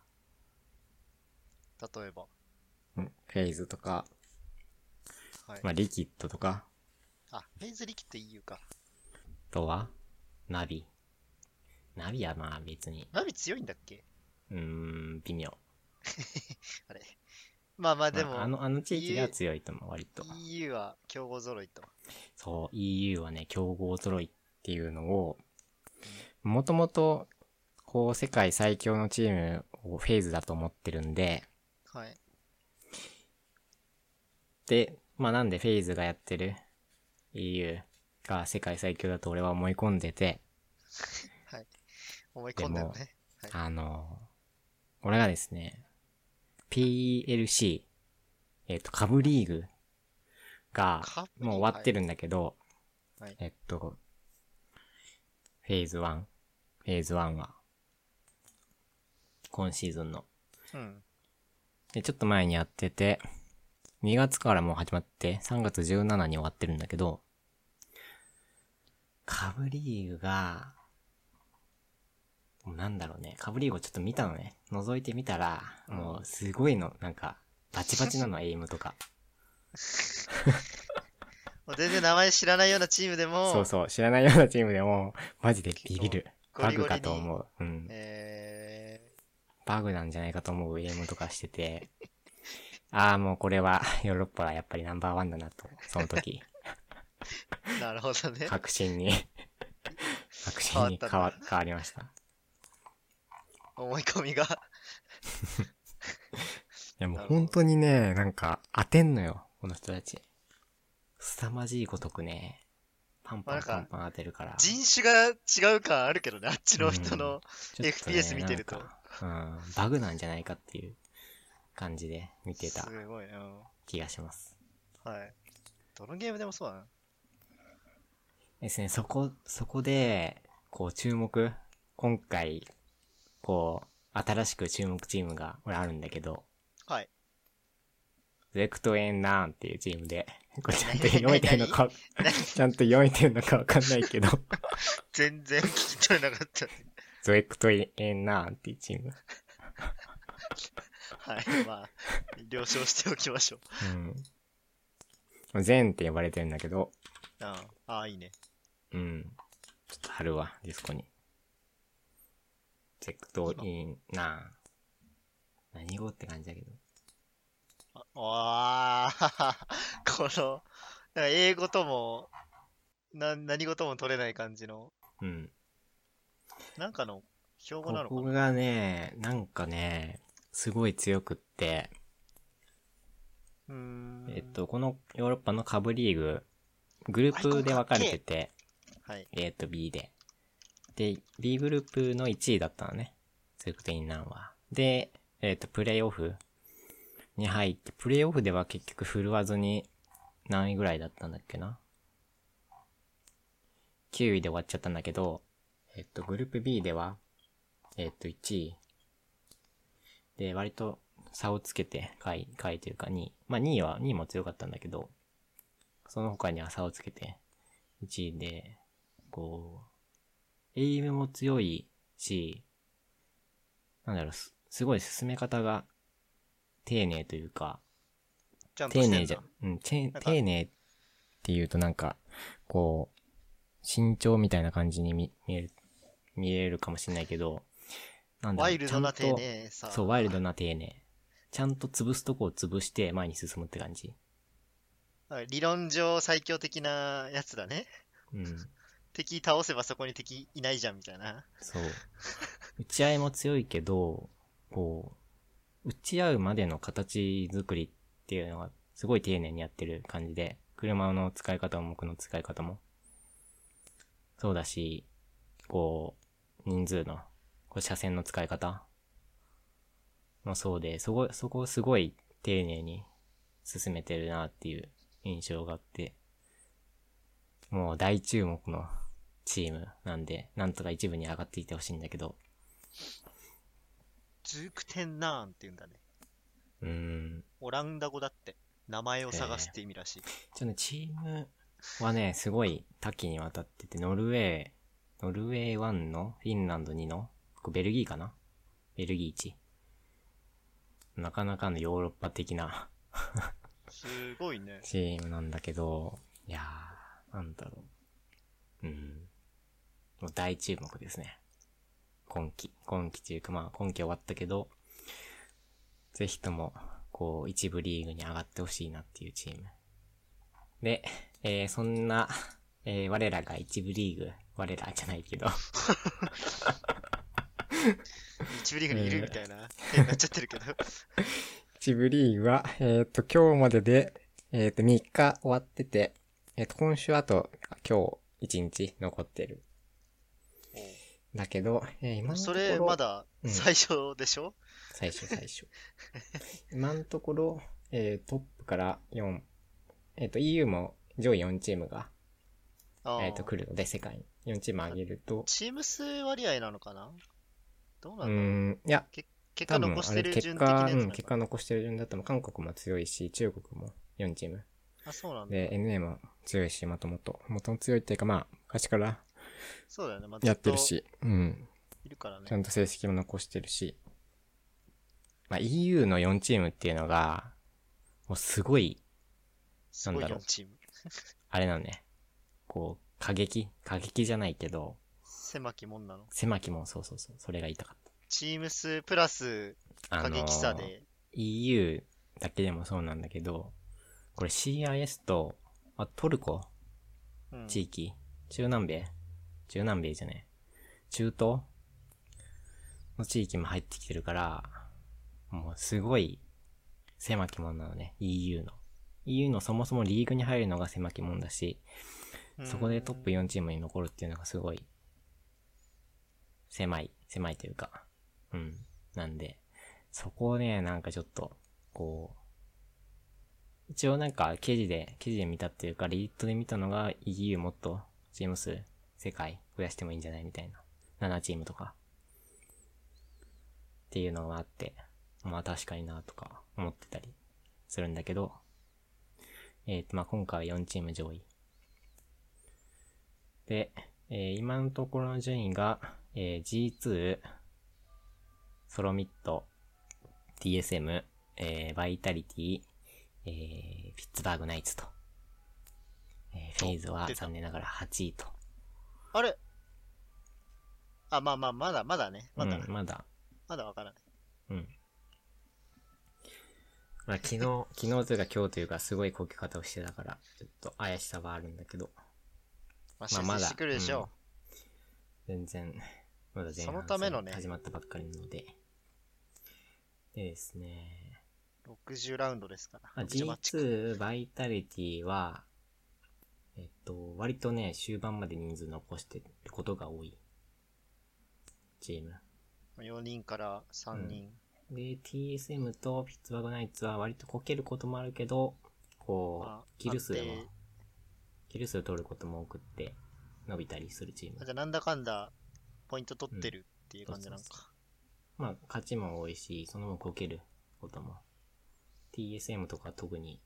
例えば、 うん。フェイズとか、 はい。 まあリキッドとか、 あ、フェイズリキッド イーユー か。 あとは、ナビ。ナビはまあ別に、 ナビ強いんだっけ？ うーん、微妙。 あれ。まあまあでも、 まあ、あの、あの地域では強いと思う、割と。 イーユー は強豪揃いと。 そう、イーユー はね、強豪揃いっていうのを、もともと、こう、世界最強のチームをフェイズだと思ってるんで、 はい。 で、まあなんでフェイズがやってる イーユー が世界最強だと俺は思い込んでて、 はい。思い込んでるね。はい。 あの、俺がですね、ピーエルシー、えっと、カブリーグがカブリーグもう終わってるんだけど、 はい。 えっと、フェーズワン、フェーズワンは、今シーズンの。 うん。 で、ちょっと前にやってて、にがつからもう始まって、さんがつじゅうしちに終わってるんだけど、カブリーグが、なんだろうね、カブリーグをちょっと見たのね。覗いてみたら、 うんもうすごいの、なんか、バチバチなの、エイムとか。 もう全然名前知らないようなチームでも、 そうそう、知らないようなチームでも、マジでビビる。バグかゴリゴリに、 と思う。うん。 えバグなんじゃないかと思うエイムとかしてて、ああ、もうこれはヨーロッパがやっぱりナンバーワンだなと、その時、 ー、なるほどね。 確信に確信に変わったんだ変わ、変わりました。い思い込みが。 やもうなるほど本当にね、なんか当てんのよ、この人たち。凄まじいごとくね、パンパンパンパン当てるから。 人種が違う感あるけどね、あっちの人のちょっとねエフピーエス 見てると。 なんかうん、バグなんじゃないかっていう感じで見てたすごいね。うん気がします。 はい。どのゲームでもそうだな。 ですね、そこ、そこで、こう注目、今回、こう、新しく注目チームが、俺あるんだけど、 はい。 ゼクトエンナーンっていうチームで、これちゃんと何読めてるのか、 何ちゃんと読めてるのかわかんないけど、 全然聞き取れなかった。 ゼクトエンナーンっていうチーム。 はい。まあ、了承しておきましょう。 うん。ゼンって呼ばれてるんだけど、 ああ、ああいいね。 うん。ちょっと貼るわ、ディスコに。ゼクトインナーン。何語って感じだけど。 ああ、この、なんか英語とも、な、何語とも取れない感じの、 うん。 なんかの標語こなのかな。 こがね、なんかね、すごい強くって、 うーん。 えっと、このヨーロッパの下部リーグ、グループで分かれてて、 はい。 A と B で。で、B グループのいちいだったのね。ゼクトインナンは。で、えっと、プレイオフに入って、プレイオフでは結局振るわずに何位ぐらいだったんだっけな。きゅういで終わっちゃったんだけど、えっと、グループ B では、えっと、いちい。で、割と差をつけて、下位、下位というかにい。まあにいは、にいも強かったんだけど、その他には差をつけて、いちいで、こう、エイムも強いし、なんだろう、す、すごい進め方が丁寧というか、 ちゃんとしてんだ。 丁寧じゃ、うん、てなんか丁寧っていうとなんか、こう、慎重みたいな感じに見見える、見えるかもしれないけど、なんだろう、 ワイルドな丁ちゃんと、 寧さ。 そう、ワイルドな丁寧。ちゃんと潰すとこを潰して前に進むって感じ。 理論上最強的なやつだね。 うん。 敵倒せばそこに敵いないじゃんみたいな。 そう。打ち合いも強いけど、こう、打ち合うまでの形作りっていうのがすごい丁寧にやってる感じで、車の使い方も僕の使い方も。そうだし、こう、人数の、こう車線の使い方もそうで、そこ、そこをすごい丁寧に進めてるなっていう印象があって、もう大注目のチームなんで、なんとか一部に上がっていってほしいんだけど。 ジュークテンナーンって言うんだね。 うーん。 オランダ語だって。名前をえー、 探すって意味らしい。 ちょね、チームはね、すごい多岐にわたってて、ノルウェー、ノルウェーワンの、フィンランドにの、これベルギーかなベルギーいち。なかなかのヨーロッパ的なすごいね。 チームなんだけど、いやー、なんだろう。うん。もう大注目ですね。今季。今季というかまあ今季終わったけど、ぜひとも、こう、一部リーグに上がってほしいなっていうチーム。で、えー、そんな、えー、我らが一部リーグ、我らじゃないけど一部リーグにいるみたいな、変になっちゃってるけど。 一部リーグは、えっと、今日までで、えっと、みっか終わってて、えっと、今週あと、今日いちにち残ってる。だけど、えー、今のところ。 それ、まだうん、 最初でしょ、 最初最初。今のところ、えー、トップからよん、えっと、イーユー も上位よんチームが、えっと、来るので、世界によんチーム上げると。 チーム数割合なのかな、どうなんだろう。 うーん、いや、 け結果残してる順的なやつなのかな。うん、結果残してる順だったら、韓国も強いし、中国もよんチーム。 あ、そうなんだ。 で、エヌエー も強いし、もともと。もともと強いっていうか、まあ、昔からそうだよね。まあ、 やってるし、うん。 いるからね。 ちゃんと成績も残してるし。まあ、イーユー のよんチームっていうのが、もうすごい、なんだろう。 すごいよんチーム。 あれなのね。こう、過激過激じゃないけど、 狭きもんなの。 狭きもん、そうそうそう。それが言いたかった。 チーム数プラス過激さで、 あのー、イーユー だけでもそうなんだけど、これ シーアイエス と、あ、トルコ、 うん、 地域、中南米中南米じゃねえ。中東の地域も入ってきてるから、もうすごい狭き門なのね、イーユー の。イーユー のそもそもリーグに入るのが狭き門だし、そこでトップよんチームに残るっていうのがすごい、狭い、狭いというか、うん。なんで、そこをね、なんかちょっと、こう、一応なんか記事で、記事で見たっていうか、リートで見たのが イーユー もっとチーム数、世界増やしてもいいんじゃないみたいな。ななチームとか。っていうのがあって、まあ確かになとか思ってたりするんだけど、えっとまあ今回はよんチーム上位。で、えー、今のところの順位が、えー、ジーツー、ソロミット、ティーエスエム、えー、バイタリティ、えー、ピッツバーグナイツと。えー、フェイズは残念ながらはちいと。 あれあ、まあまあ、まだまだね。まだ。 うん、まだ。 まだわからない。 うん。まあ昨日、昨日というか今日というかすごいこけ方をしてたから、ちょっと怪しさはあるんだけど。 まあ、 まあまだ。 修正してくるでしょう。ん、全然、まだ前半そのためのね始まったばっかりなので。でですね。 ろくじゅうラウンドですから。 まあ、ジーツー バイタリティは、えっと、割とね、終盤まで人数残してることが多い。チーム。 よにんからさんにん。 うん、で、ティーエスエム とピッツバーグナイツは割とこけることもあるけど、こう、まあ、キル数も、キル数取ることも多くって、伸びたりするチーム。 じゃあなんだかんだ、ポイント取ってるっていう感じなんか。うん、そうそうそうまあ、勝ちも多いし、その分こけることも。ティーエスエム とか特に、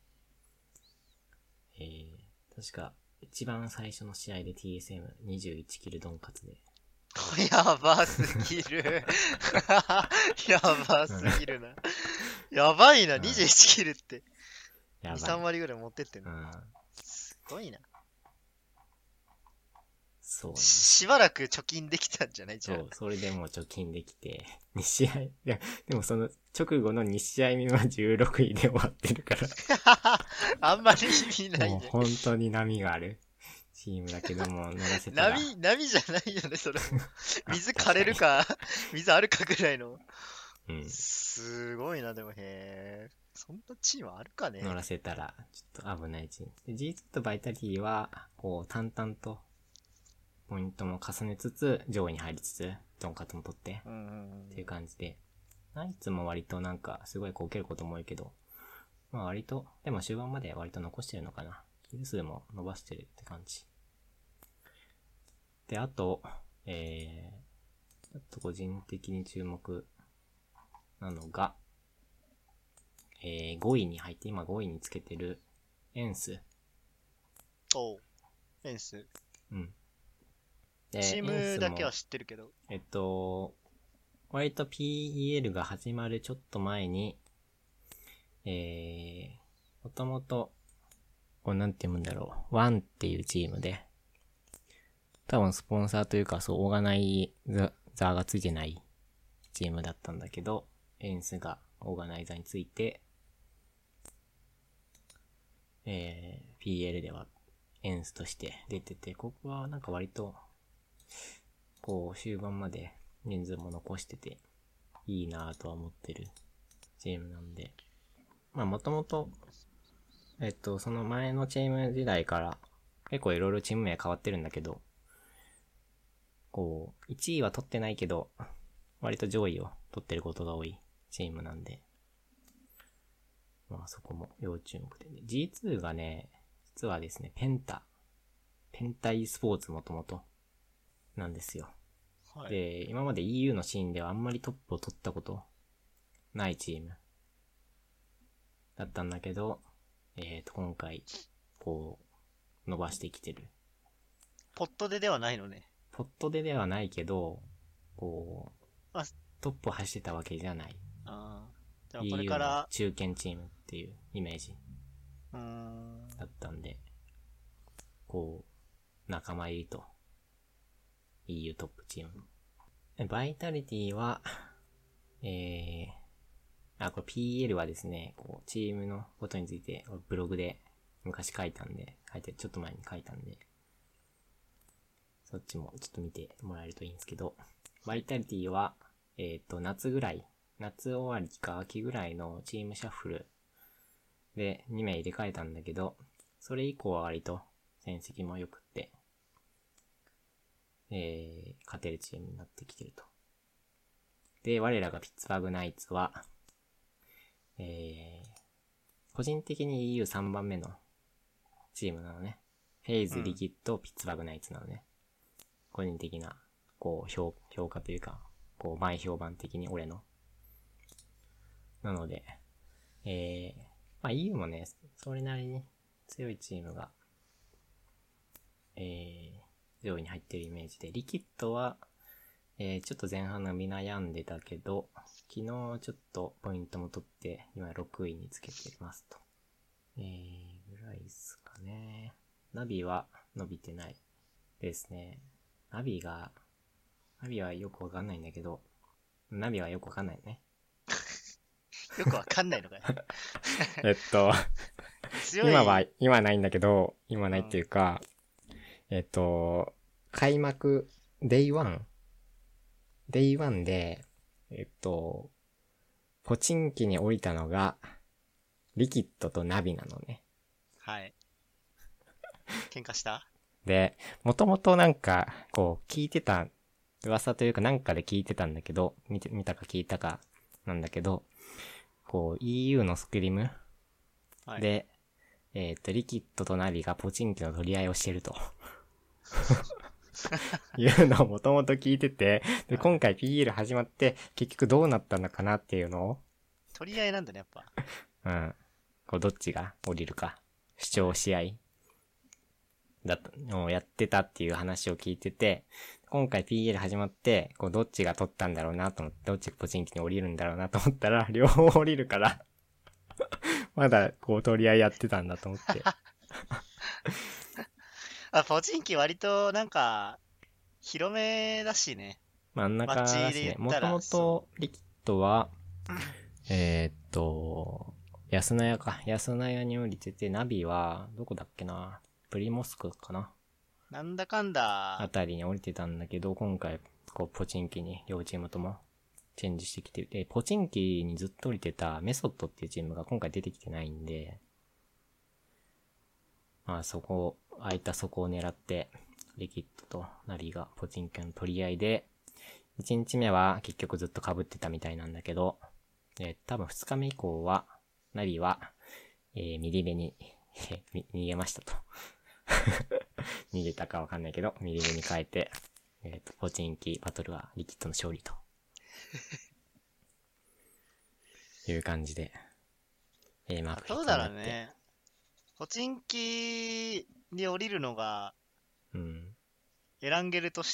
えー、確か、一番最初の試合で ティーエスエムにじゅういち キルドンカツでやばすぎる。やばすぎるな。やばいな、 うん、 にじゅういちキルって。に、 やばい。 さん割ぐらい持ってってんの。 うん。 すごいな。 そうし、 なんですよ。 しばらく貯金できたんじゃないじゃん。 そう、それでもう貯金できて、に試合、いや、でもその直後のに試合目はじゅうろくいで終わってるから、 あんまり意味ないもうね。 本当に波があるチームだけども、乗らせたら、 波、波じゃないよね、それも。 あ、 水枯確かに。 れるか、水あるかぐらいの。 うん。 すごいな、でもへえ。そんなチームあるかね。 乗らせたら、ちょっと危ないチーム。で、ジーツー とバイタリティは、こう、淡々と、ポイントも重ねつつ、上位に入りつつ、ドンカツも取って、 うんうんっていう感じで。ナイツも割となんか、すごいこう受けることも多いけど、まあ割と、でも終盤まで割と残してるのかな。キル数も伸ばしてるって感じ。で、あと、えー、ちょっと個人的に注目なのが、えー、ごいに入って、今ごいにつけてる、エンス。 おう、エンス。 うん。で、 チーエンスも、 ムだけは知ってるけど。 えっと、割と ピーイーエル が始まるちょっと前に、えー、もともと、こうなんて読むんだろう、ワンっていうチームで、多分スポンサーというか、そう、オーガナイザーがついてないチームだったんだけど、エンスがオーガナイザーについて、えー、ピーエル ではエンスとして出てて、ここはなんか割と、こう、終盤まで人数も残してて、いいなぁとは思ってるチームなんで。まあもともと、えっと、その前のチーム時代から、結構いろいろチーム名変わってるんだけど、こう、いちいは取ってないけど、割と上位を取ってることが多いチームなんで、まあそこも要注目で、ね。ジーツー がね、実はですね、ペンタ。ペンタ e スポーツもともとなんですよ。 はい。 で、今まで イーユー のシーンではあんまりトップを取ったことないチームだったんだけど、えっと、今回、こう、伸ばしてきてる。 ポットでではないのね。 ポットでではないけど、こう、 あ、 トップを走ってたわけじゃない。 あー、でもこれイーユー のから、 中堅チームっていうイメージうーん、 だったんで、こう、仲間入りと イーユー トップチーム。バイタリティは、えー、あ、これ ピーエル はですね、こう、チームのことについて、ブログで昔書いたんで、書いて、ちょっと前に書いたんで、そっちもちょっと見てもらえるといいんですけど、バイタリティは、えっと、夏ぐらい、夏終わりか秋ぐらいのチームシャッフルでにめい入れ替えたんだけど、それ以降は割と戦績も良くって、えー、勝てるチームになってきてると。で、我らがピッツバーグナイツは、えー、個人的に イーユーさん 番目のチームなのね。フェイズ、リうん。 キッド、ピッツバーグナイツなのね。個人的な、こう、評、評価というか、こう、前評判的に俺の。なので、えー、まあ イーユー もね、それなりに強いチームが、えー、上位に入ってるイメージで、リキッドは、えー、ちょっと前半伸び悩んでたけど、昨日ちょっとポイントも取って、今ろくいにつけてますと。えー、ぐらいですかね。ナビは伸びてないですね。ナビが、ナビはよくわかんないんだけど、ナビはよくわかんないね。 よくわかんないのかよ。 えっと、 強い。 今は、今ないんだけど、今ないっていううか、えっと、開幕、デイワン、デイワンで、えっと、ポチンキに降りたのが、リキッドとナビなのね。 ん。はい。喧嘩した？ で、もともとなんか、こう、聞いてた、噂というかなんかで聞いてたんだけど、見て、見たか聞いたかなんだけど、こう、イーユー のスクリムはい。 で、えっと、リキッドとナビがポチンキの取り合いをしてると。いうのをもともと聞いてて、で、 はい。 今回 ピーエル 始まって、結局どうなったのかなっていうのを、 取り合いなんだね、やっぱ。 うん。こう、どっちが降りるか、主張し合い、だった、をやってたっていう話を聞いてて、 今回 ピーエル 始まって、こう、どっちが取ったんだろうなと思って、どっちがポチンキに降りるんだろうなと思ったら、両方降りるから、まだ、こう、取り合いやってたんだと思って。 あ、ポチンキ割となんか、広めだしね。 真ん中だしね。もともと、リキッドは、えー、っと、安納屋か。安納屋に降りてて、ナビは、どこだっけな。プリモスクかな。 なんだかんだ。 あたりに降りてたんだけど、今回、こう、ポチンキに両チームともチェンジしてきて、で、ポチンキにずっと降りてたメソッドっていうチームが今回出てきてないんで、まあそこ、空いたそこを狙って、リキッドとナビがポチンキの取り合いで、いちにちめは結局ずっと被ってたみたいなんだけど、えー、多分ふつかめ以降は、ナビは、えー、右目に、逃げましたと。逃げたかわかんないけど、右目に変えて、えっと、ポチンキバトルはリキッドの勝利と。いう感じで。えー、まあ、 そうだろうね。ポチンキに降りるのが、 うん。 エランゲルとして、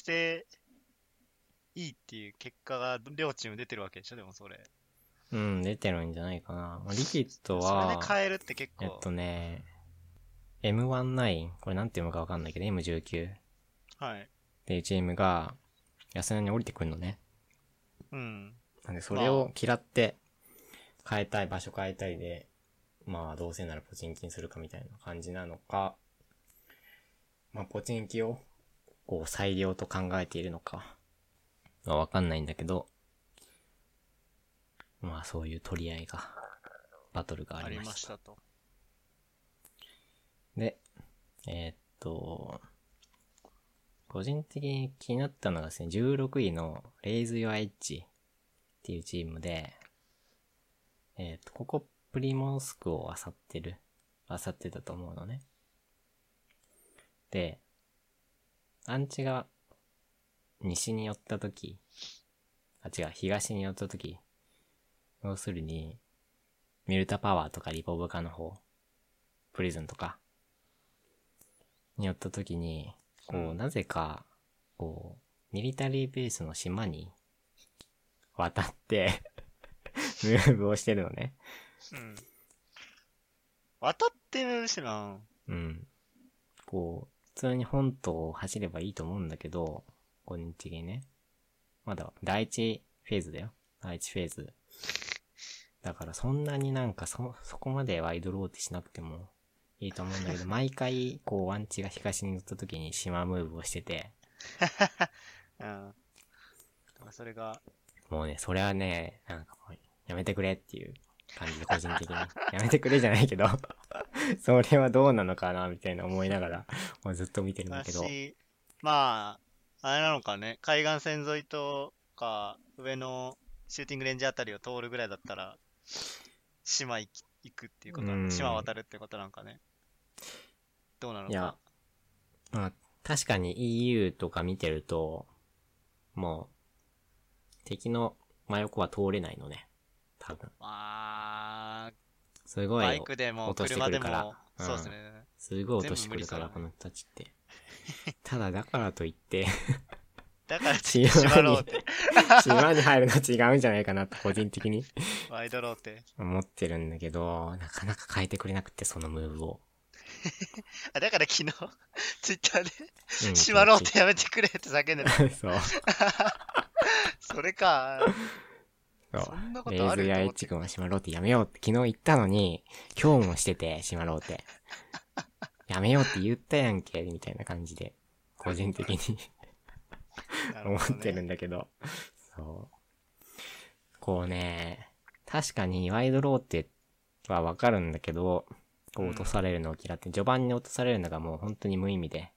いいっていう結果が両チーム出てるわけでしょ、でもそれ。 うん、出てるんじゃないかな。リキッドは、 それで変えるって結構。 えっとね、エムじゅうきゅう、これなんて読むかわかんないけど、エムじゅうきゅう。 はい。 っていうチームが、安田に降りてくるのね。 うん。 なんで、それを嫌って、変えたい、場所変えたいで、まあ、どうせならポチンキにするかみたいな感じなのか、まあ、ポチンキを、こう、裁量と考えているのか、まあ、わかんないんだけど、まあ、そういう取り合いが、バトルがありました。ありましたと。で、えー、っと、個人的に気になったのがですね、じゅうろくいのレイズ・ヨア・エッジっていうチームで、えー、っと、ここプリモスクを漁ってる、漁ってたと思うのね。で、アンチが西に寄ったとき、あ、違う、東に寄ったとき、要するに、ミルタパワーとかリポブカの方、プリズンとか、に寄ったときに、こう、うん、なぜか、こう、ミリタリーベースの島に渡ってムーブをしてるのね。 うん。渡ってムーブしてるな。 うん。こう、普通に本島を走ればいいと思うんだけど、個人的にね。まだ第一フェーズだよ。第一フェーズ。だからそんなになんかそ、そこまでワイドローテしなくてもいいと思うんだけど、毎回、こう、ワンチが東に乗った時に島ムーブをしてて。 うん。それが。 もうね、それはね、なんかもう、やめてくれっていう感じで個人的に。やめてくれじゃないけど、それはどうなのかな、みたいな思いながら、もうずっと見てるんだけど。 まあ、あれなのかね、海岸線沿いとか、上のシューティングレンジあたりを通るぐらいだったら、島行くっていうことなのか、島渡るってことなんかね。どうなのか。 いや、まあ、確かに イーユー とか見てると、もう、敵の真横は通れないのね。多分。 まあ、 すごい、 バイクでも車でも、うん、そうですね。 すごい落としてくるから、ね、この人たちって。ただだからといって、 だから島に、 島に入るの違うんじゃないかなと、個人的に。 ワイドローテ。 思ってるんだけど、なかなか変えてくれなくて、そのムーブを。 あ、だから昨日、ツイッターで、うん、島ローテやめてくれって叫んでた。 そう。 それか。 そう。そんなことあるレイズやエッチ君は島ローテやめようって昨日言ったのに、今日もしてて、島ローテ。やめようって言ったやんけ、みたいな感じで、個人的に思ってるんだけど。そう。こうね、確かにワイドローテはわかるんだけど、こう落とされるのを嫌って、うん、序盤に落とされるのがもう本当に無意味で、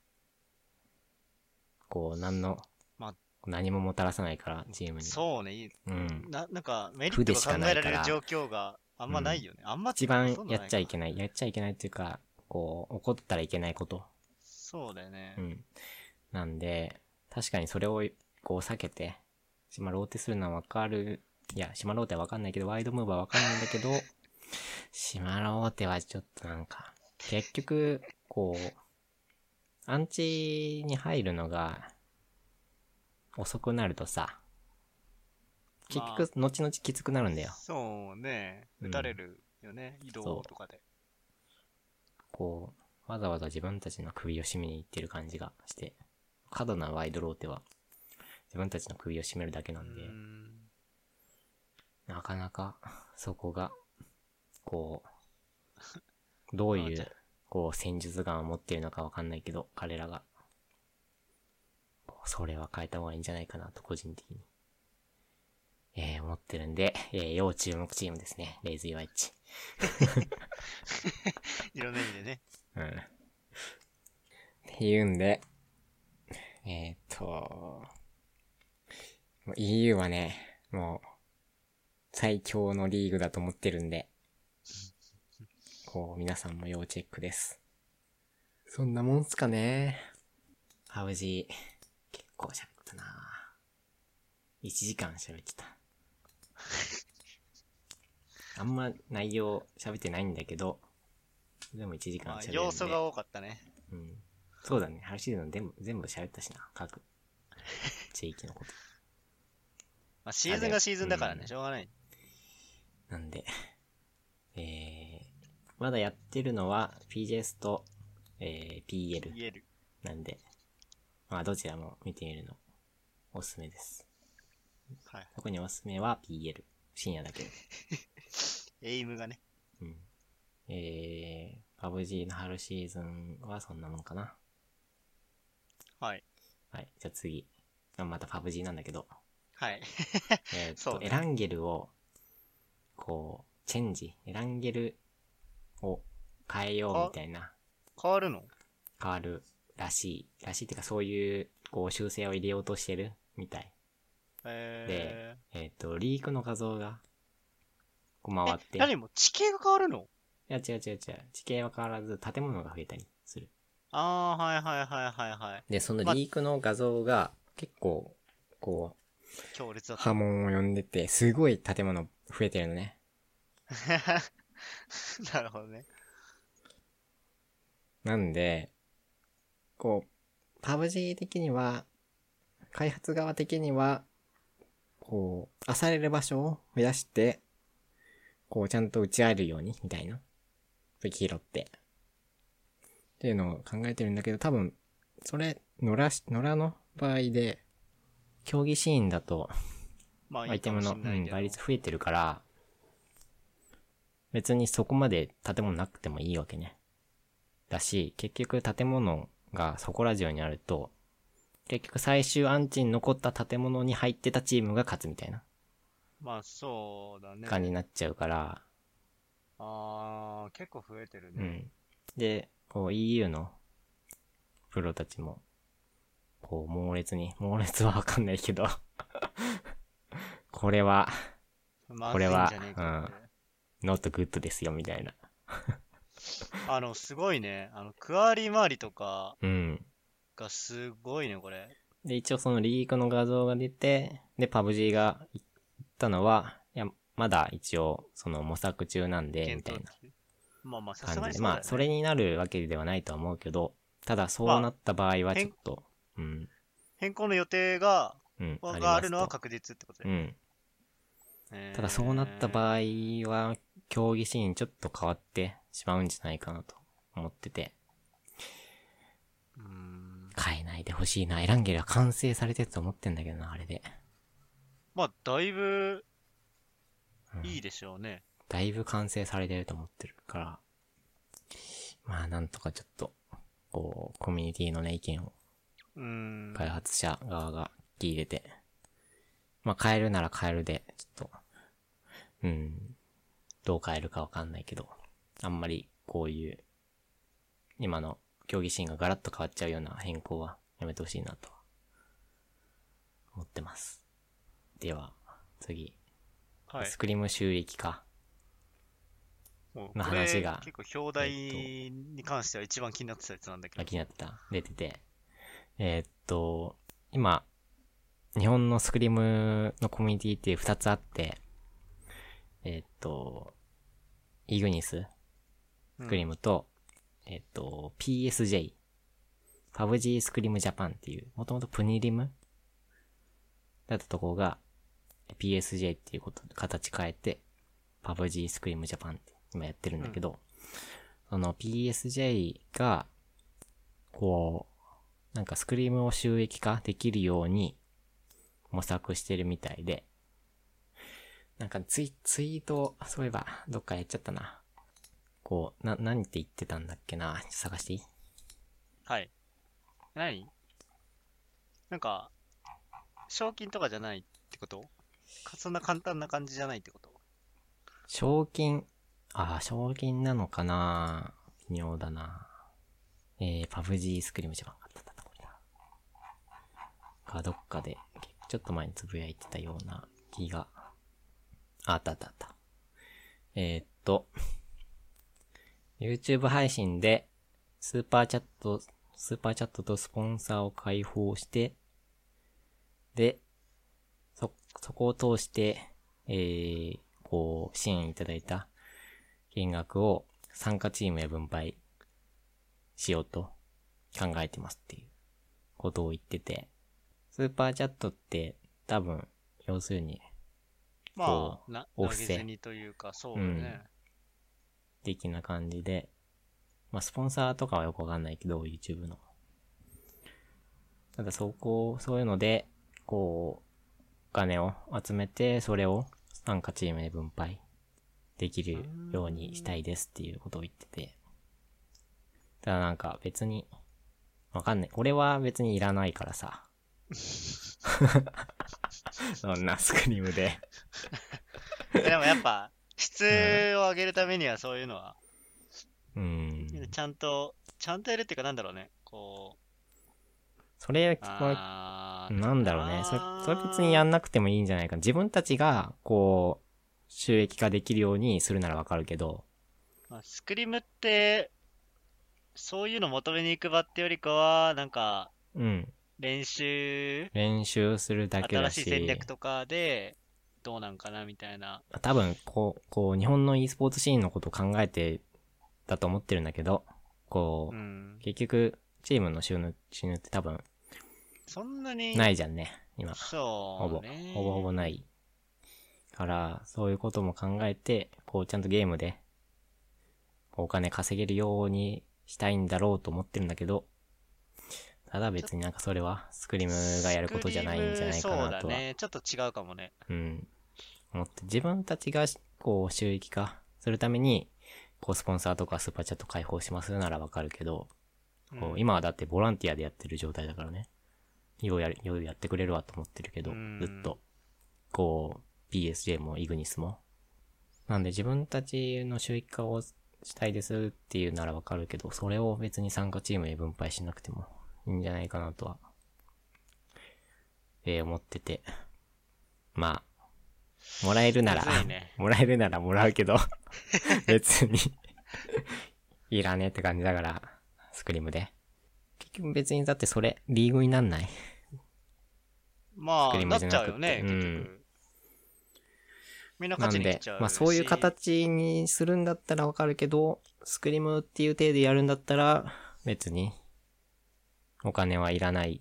こう、なんの、まあ、何ももたらさないから、チームに。 そうね。 うん。 な、なんか、メリットが考えられる状況があんまないよね。うん、あんま一番やっちゃいけない。やっちゃいけないっていうか、こう、怒ったらいけないこと。 そうだよね。 うん。なんで、確かにそれを、こう避けて、島ローテするのはわかる。いや、島ローテはわかんないけど、ワイドムーブはわかんないんだけど、島ローテはちょっとなんか、結局、こう、アンチに入るのが、 遅くなるとさ、結まあ局、後々きつくなるんだよ。 そうね。 うん打たれるよね。移動とかで。 こう、わざわざ自分たちの首を絞めに行ってる感じがして、過度なワイドローテは、自分たちの首を絞めるだけなんで、 うーんなかなか、そこが、こう、どういうまあじゃ、 こう、戦術眼を持っているのかわかんないけど、彼らが、こうそれは変えた方がいいんじゃないかなと、個人的に。えー、思ってるんで、えー、要注目チームですね。レイズ・イワイッチ。 いろんな意味でね。 うん。っていうんで、えー、っと、もう イーユー はね、もう、最強のリーグだと思ってるんで、こう、皆さんも要チェックです。そんなもんすかね。パブジー、結構喋ったな。いちじかん喋ってた。あんま内容喋ってないんだけど、でもいちじかんまあ喋るんで。 要素が多かったね。 うん。そうだね。春シーズン全部、全部喋ったしな。各地域のこと。 まあシーズンがシーズンだからね、 うんしょうがない。 なんで、えー、まだやってるのは ピージェーエス と、えー、ピーエル言える。 なんで、まあどちらも見てみるのおすすめです。 はい。 特におすすめは ピーエル。深夜だけど。 エイムがね。 うん。えー、パブジー の春シーズンはそんなもんかな。 はい。 はい。じゃあ次。またパブジー なんだけど。 はい。 えーっと、 そうねエランゲルを、こう、チェンジ。エランゲルを変えようみたいな。 変わるの変わるらしい。らしいっていうかそういう、こう、修正を入れようとしてるみたい。 えで、えーっと、リークの画像が、こうー、 回って。 え、何も地形が変わるのいや、違う違う違う。地形は変わらず、建物が増えたりする。 あー、はいはいはいはいはい。 で、そのまリークの画像が、結構、こう、 強烈だった。 波紋を呼んでて、すごい建物増えてるのね。 なるほどね。 なんで、こう、パブジー 的には、開発側的には、こう、漁れる場所を増やして、こう、ちゃんと打ち合えるように、みたいな。武器拾って。っていうのを考えてるんだけど、多分、それ、野良し、野良の場合で、競技シーンだと、 まあいいアイテムの、 かもしんないけど。 うん、倍率増えてるから、別にそこまで建物なくてもいいわけね。だし、結局建物がそこら中にあると、結局最終アンチに残った建物に入ってたチームが勝つみたいなまあそうだね。 感じになっちゃうから、 あー、結構増えてるね。 うん。で、こう イーユー のプロたちも、こう猛烈に、猛烈はわかんないけど、これは、 まこれはずいんじゃねえかって。 not good ですよみたいな。 あの、すごいね。あの、クワリ周りとかうん。 がすごいね、これ。 で、一応そのリークの画像が出て、で、パブジー が言ったのは、いや、まだ一応、その模索中なんで、みたいな中。まあまあ、さすが感じで。 にそうだよね。 まあ、それになるわけではないとは思うけど、ただそうなった場合はちょっと、うん、 変更の予定が、 うん、ありがあるますと。 のは確実ってことで。 うん。 えーただそうなった場合は、競技シーンちょっと変わってしまうんじゃないかなと思ってて、 うーん。 変えないでほしいな。エランゲルは完成されてると思ってんだけどな、あれで。 まあ、だいぶうんいいでしょうね。 だいぶ完成されてると思ってるから、まあなんとかちょっと、こう、コミュニティのね、意見をうーん。 開発者側が聞き入れて、まあ変えるなら変えるで、ちょっと、うん、どう変えるかわかんないけど、あんまりこういう、今の競技シーンがガラッと変わっちゃうような変更はやめてほしいなとは思ってます。では、次、 はい。 スクリーム収益化。のもうこれ話が結構表題に関しては一番気になってたやつなんだけど。 が気になってた。出てて。えーっと、今、日本のスクリームのコミュニティってふたつあって、えーっと、イグニス、スクリームと、えーっと、ピーエスジェー、パブジー スクリームジャパンっていう、もともとプニリムだったところが、ピーエスジェー っていうこと、形変えて、パブジー スクリームジャパンって今やってるんだけど、うん、その ピーエスジェー が、こう、なんかスクリームを収益化できるように模索してるみたいで、なんかツイ、ツイート、そういえばどっかやっちゃったな。こう、な、何って言ってたんだっけな。探していい？ はい。何？なんか、賞金とかじゃないってこと？そんな簡単な感じじゃないってこと？ 賞金、ああ、賞金なのかな。微妙だな。えー、パブジー スクリームジャパン買ったんだ、これだ。か、どっかで、ちょっと前につぶやいてたような気が。あったあったあった。えー、っと、YouTube 配信で、スーパーチャット、スーパーチャットとスポンサーを開放して、で、そ、そこを通して、えー、こう、支援いただいた金額を参加チームへ分配しようと考えてますっていうことを言ってて、スーパーチャットって多分、要するに、 まあ、な、投げ銭というか、そうだね、うん。 的な感じで、まあ、スポンサーとかはよくわかんないけど、YouTube の。ただ、そこ、そういうので、こう、お金を集めて、それを参加チームで分配できるようにしたいですっていうことを言ってて。ただなんか別に、わかんない。俺は別にいらないからさ。そんなスクリームで。 でもやっぱ、質を上げるためにはそういうのは、 うん。 ちゃんと、ちゃんとやるっていうかなんだろうね。こう。 それは、なんだろうね。それ、それ別にやんなくてもいいんじゃないかな。自分たちが、こう、収益化できるようにするならわかるけど。 まあ、スクリームって、そういうの求めに行く場ってよりかは、なんか、 うん。 練習練習するだけだし。 新しい戦略とかで、どうなんかなみたいな。 多分、こう、こう、日本の e スポーツシーンのことを考えて、だと思ってるんだけど、こう、うん、結局、チームの収入、収入って多分、 そんなに、 ないじゃんね、今。 そうね。 ほぼ、ほぼほぼない。から、そういうことも考えて、こう、ちゃんとゲームで、お金稼げるようにしたいんだろうと思ってるんだけど、ただ別になんかそれは、スクリームがやることじゃないんじゃないかなとは。 そうだね。ちょっと違うかもね。 うん。思って、自分たちが、こう、収益化するために、こう、スポンサーとかスーパーチャット開放しますならわかるけど、こう、うん、今はだってボランティアでやってる状態だからね。ようやる、ようやってくれるわと思ってるけど、ずっと。こう、ピーエスジェー もイグニスも。なんで自分たちの収益化をしたいですっていうならわかるけど、それを別に参加チームに分配しなくてもいいんじゃないかなとは、えー、思ってて。まあ、もらえるなら、ね、もらえるならもらうけど、別に、いらねえって感じだから、スクリームで。結局別にだってそれ、リーグになんない？ まあ、なっちゃうよね、結局。うん、みんな勝ちに来ちゃうし。 まあそういう形にするんだったらわかるけど、スクリームっていう体でやるんだったら、別に、お金はいらない、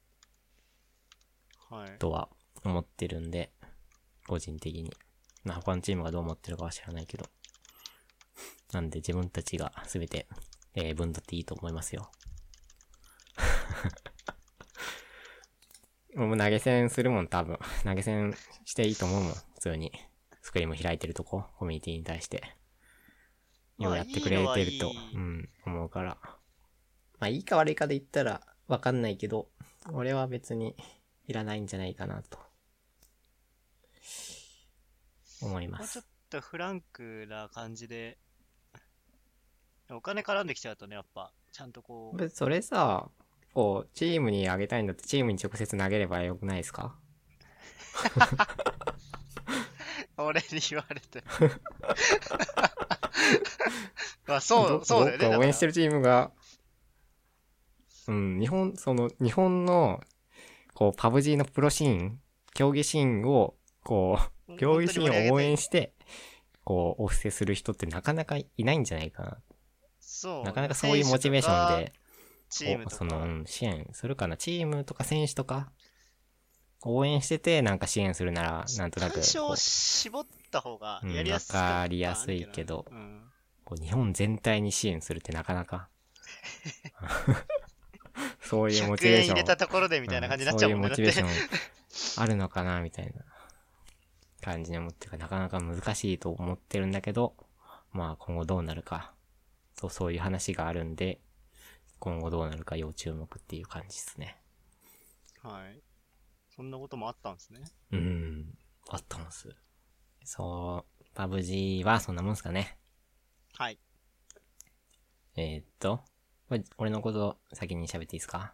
とは思ってるんで、個人的に。まあ他のチームがどう思ってるかは知らないけど。なんで自分たちがすべて、えー、分取っていいと思いますよ。もう投げ銭するもん、多分。投げ銭していいと思うもん、普通に。スクリーム開いてるとこ、コミュニティに対して。ようやってくれてると、まあ、いいいうん、思うから。まあいいか悪いかで言ったらわかんないけど、俺は別にいらないんじゃないかなと。思います。 もうちょっとフランクな感じで、お金絡んできちゃうとね、やっぱ、ちゃんとこう。それさ、こう、チームにあげたいんだって、チームに直接投げればよくないですか？ 俺に言われて。まあ、そう、そうだよね。 応援してるチームが、うん、日本、その、日本の、こう、パブジー のプロシーン、競技シーンを、こう、競技シーンを応援して、こう、お布施する人ってなかなかいないんじゃないかな。 そう。 なかなかそういうモチベーションで、 チームとかその、うん、支援するかな。チームとか選手とか、 応援しててなんか支援するなら、なんとなく対象をこ絞った方がう、うん、 やりやわすかったかりやすいけど、 うん。 こう日本全体に支援するってなかなか、そういうモ 100 チベーション、 円入れたところでみうん、 たいな感じになっそういうちゃうもんね。だって。 モチベーションあるのかなみたいな感じに思ってるから、なかなか難しいと思ってるんだけど、まあ今後どうなるか、そう、そういう話があるんで、今後どうなるか要注目っていう感じですね。 はい。そんなこともあったんですね。 うん、あったんです。そう、パブジー はそんなもんすかね。 はい。 えー、っと、これ俺のこと先に喋っていいですか？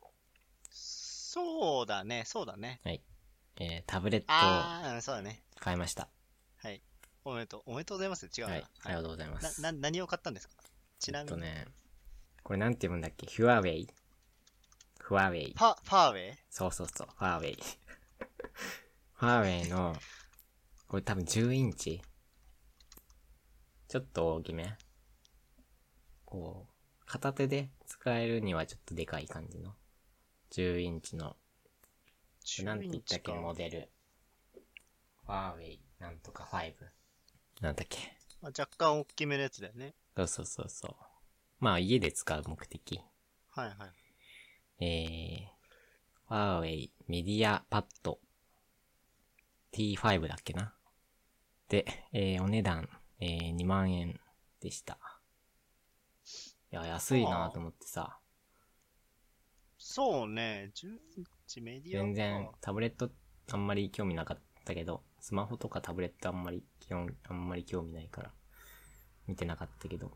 そうだね、そうだね。 はい。えー、タブレットをあー、うんそうだね。 買いました。 はい。おめでとう。おめでとうございます。違うな。 はい。ありがとうございまな、 す。 な、何を買ったんですか？ちえっなみに。 とね、これなんて読むんだっけ？フワウェイフワウェイ。 ファ、ファーウェイそうそうそう、ファーウェイ。ファーウェイの、これ多分じゅうインチちょっと大きめこう、片手で使えるにはちょっとでかい感じの。じゅうインチの、なんて言ったっけ、モデル。ファーウェイ、なんとかファイブ。なんだっけ。 あ若干大きめのやつだよね。 そうそうそうそう。まあ家で使う目的。 はいはい。 えー、ファーウェイメディアパッド ティーファイブ だっけな。で、えー、お値段、えー、にまんえんでした。いや、安いなと思ってさ。 そうね、じゅうインチメディア全然か。 タブレットあんまり興味なかったけど、スマホとかタブレットあんまり基本あんまり興味ないから見てなかったけど、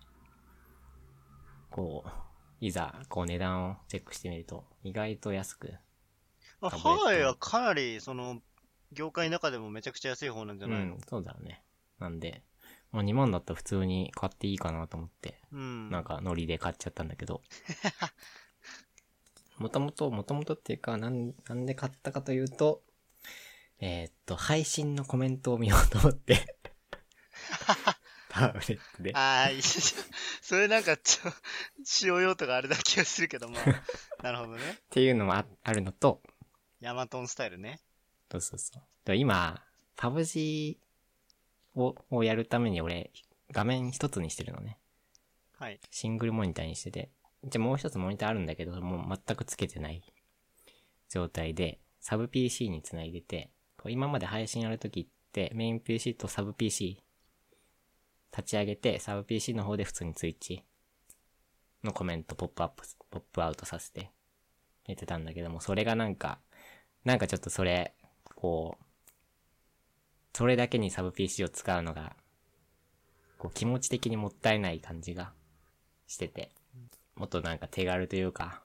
こういざこう値段をチェックしてみると意外と安くあ、 タブレットもハワイはかなり、その、業界の中でもめちゃくちゃ安い方なんじゃないの？ うん、そうだよね。なんで、まあ、にまんだったら普通に買っていいかなと思って、 うん。 なんかノリで買っちゃったんだけど、もともと、もともとっていうか、なん、なんで買ったかというと、えー、っと、配信のコメントを見ようと思ってタブレットで。 ああ、いいじゃん。それなんかちょ、使用用途があれだ気がするけど、まあ、なるほどね。 っていうのも あ, あるのと、 ヤマトンスタイルね。 そうそうそう。で今、パブジー ををやるために俺、画面一つにしてるのね。 はい。 シングルモニターにしてて。じゃあもう一つモニターあるんだけど、もう全くつけてない状態で、サブ ピーシー につないでて、こう今まで配信やるときって、メイン ピーシー とサブ ピーシー 立ち上げて、サブ ピーシー の方で普通にツイッチのコメントポップアップ、ポップアウトさせてやってたんだけども、それがなんか、なんかちょっとそれ、こう、それだけにサブ ピーシー を使うのが、こう気持ち的にもったいない感じがしてて、もっとなんか手軽というか、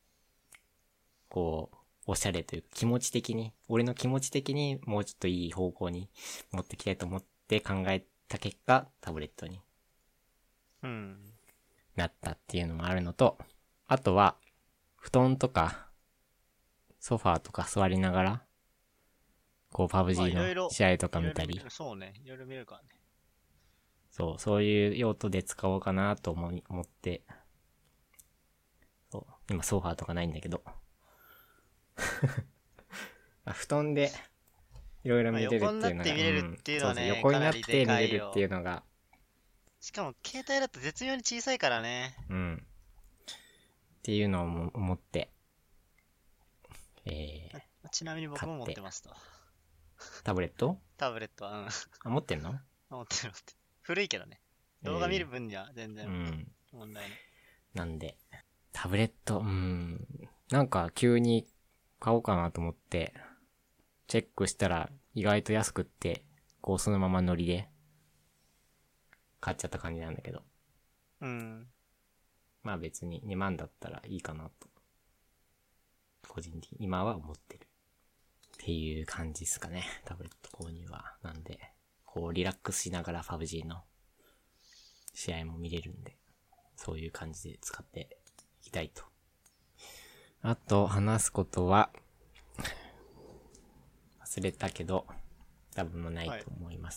こう、おしゃれというか気持ち的に、俺の気持ち的にもうちょっといい方向に持ってきたいと思って考えた結果、タブレットにうん。 なったっていうのもあるのと、あとは、布団とか、ソファーとか座りながら、こうパブまあ、 ジー のいろいろ、 試合とかいろ見たり、 いろ見るそうね。いろいろ見るからね。 そう、そういう用途で使おうかなと思い、思って、そう、今ソファーとかないんだけど、布団でいろいろ見れるっていうのが、 まあ横になって見れるっていうのはねん、そうそう横になって見かなりでかいよれるっていうのが、 しかも、携帯だと絶妙に小さいからね。 うん。っていうのをも思って、えー、 ちなみに僕も持ってますと。 タブレットタブレットは、うん。 あ、持ってんの？ 持ってる持ってる。古いけどね。動画見る分には全然うん。 問題ない。 なんで、タブレット、うん。なんか急に買おうかなと思って、チェックしたら意外と安くって、こうそのままノリで買っちゃった感じなんだけど。 うん。 まあ別ににまんだったらいいかなと。個人的に今は思ってる。っていう感じですかね。タブレット購入は。なんで、こうリラックスしながら パブジー の試合も見れるんで、そういう感じで使っていきたいと。あと話すことは、忘れたけど、多分もないと思います。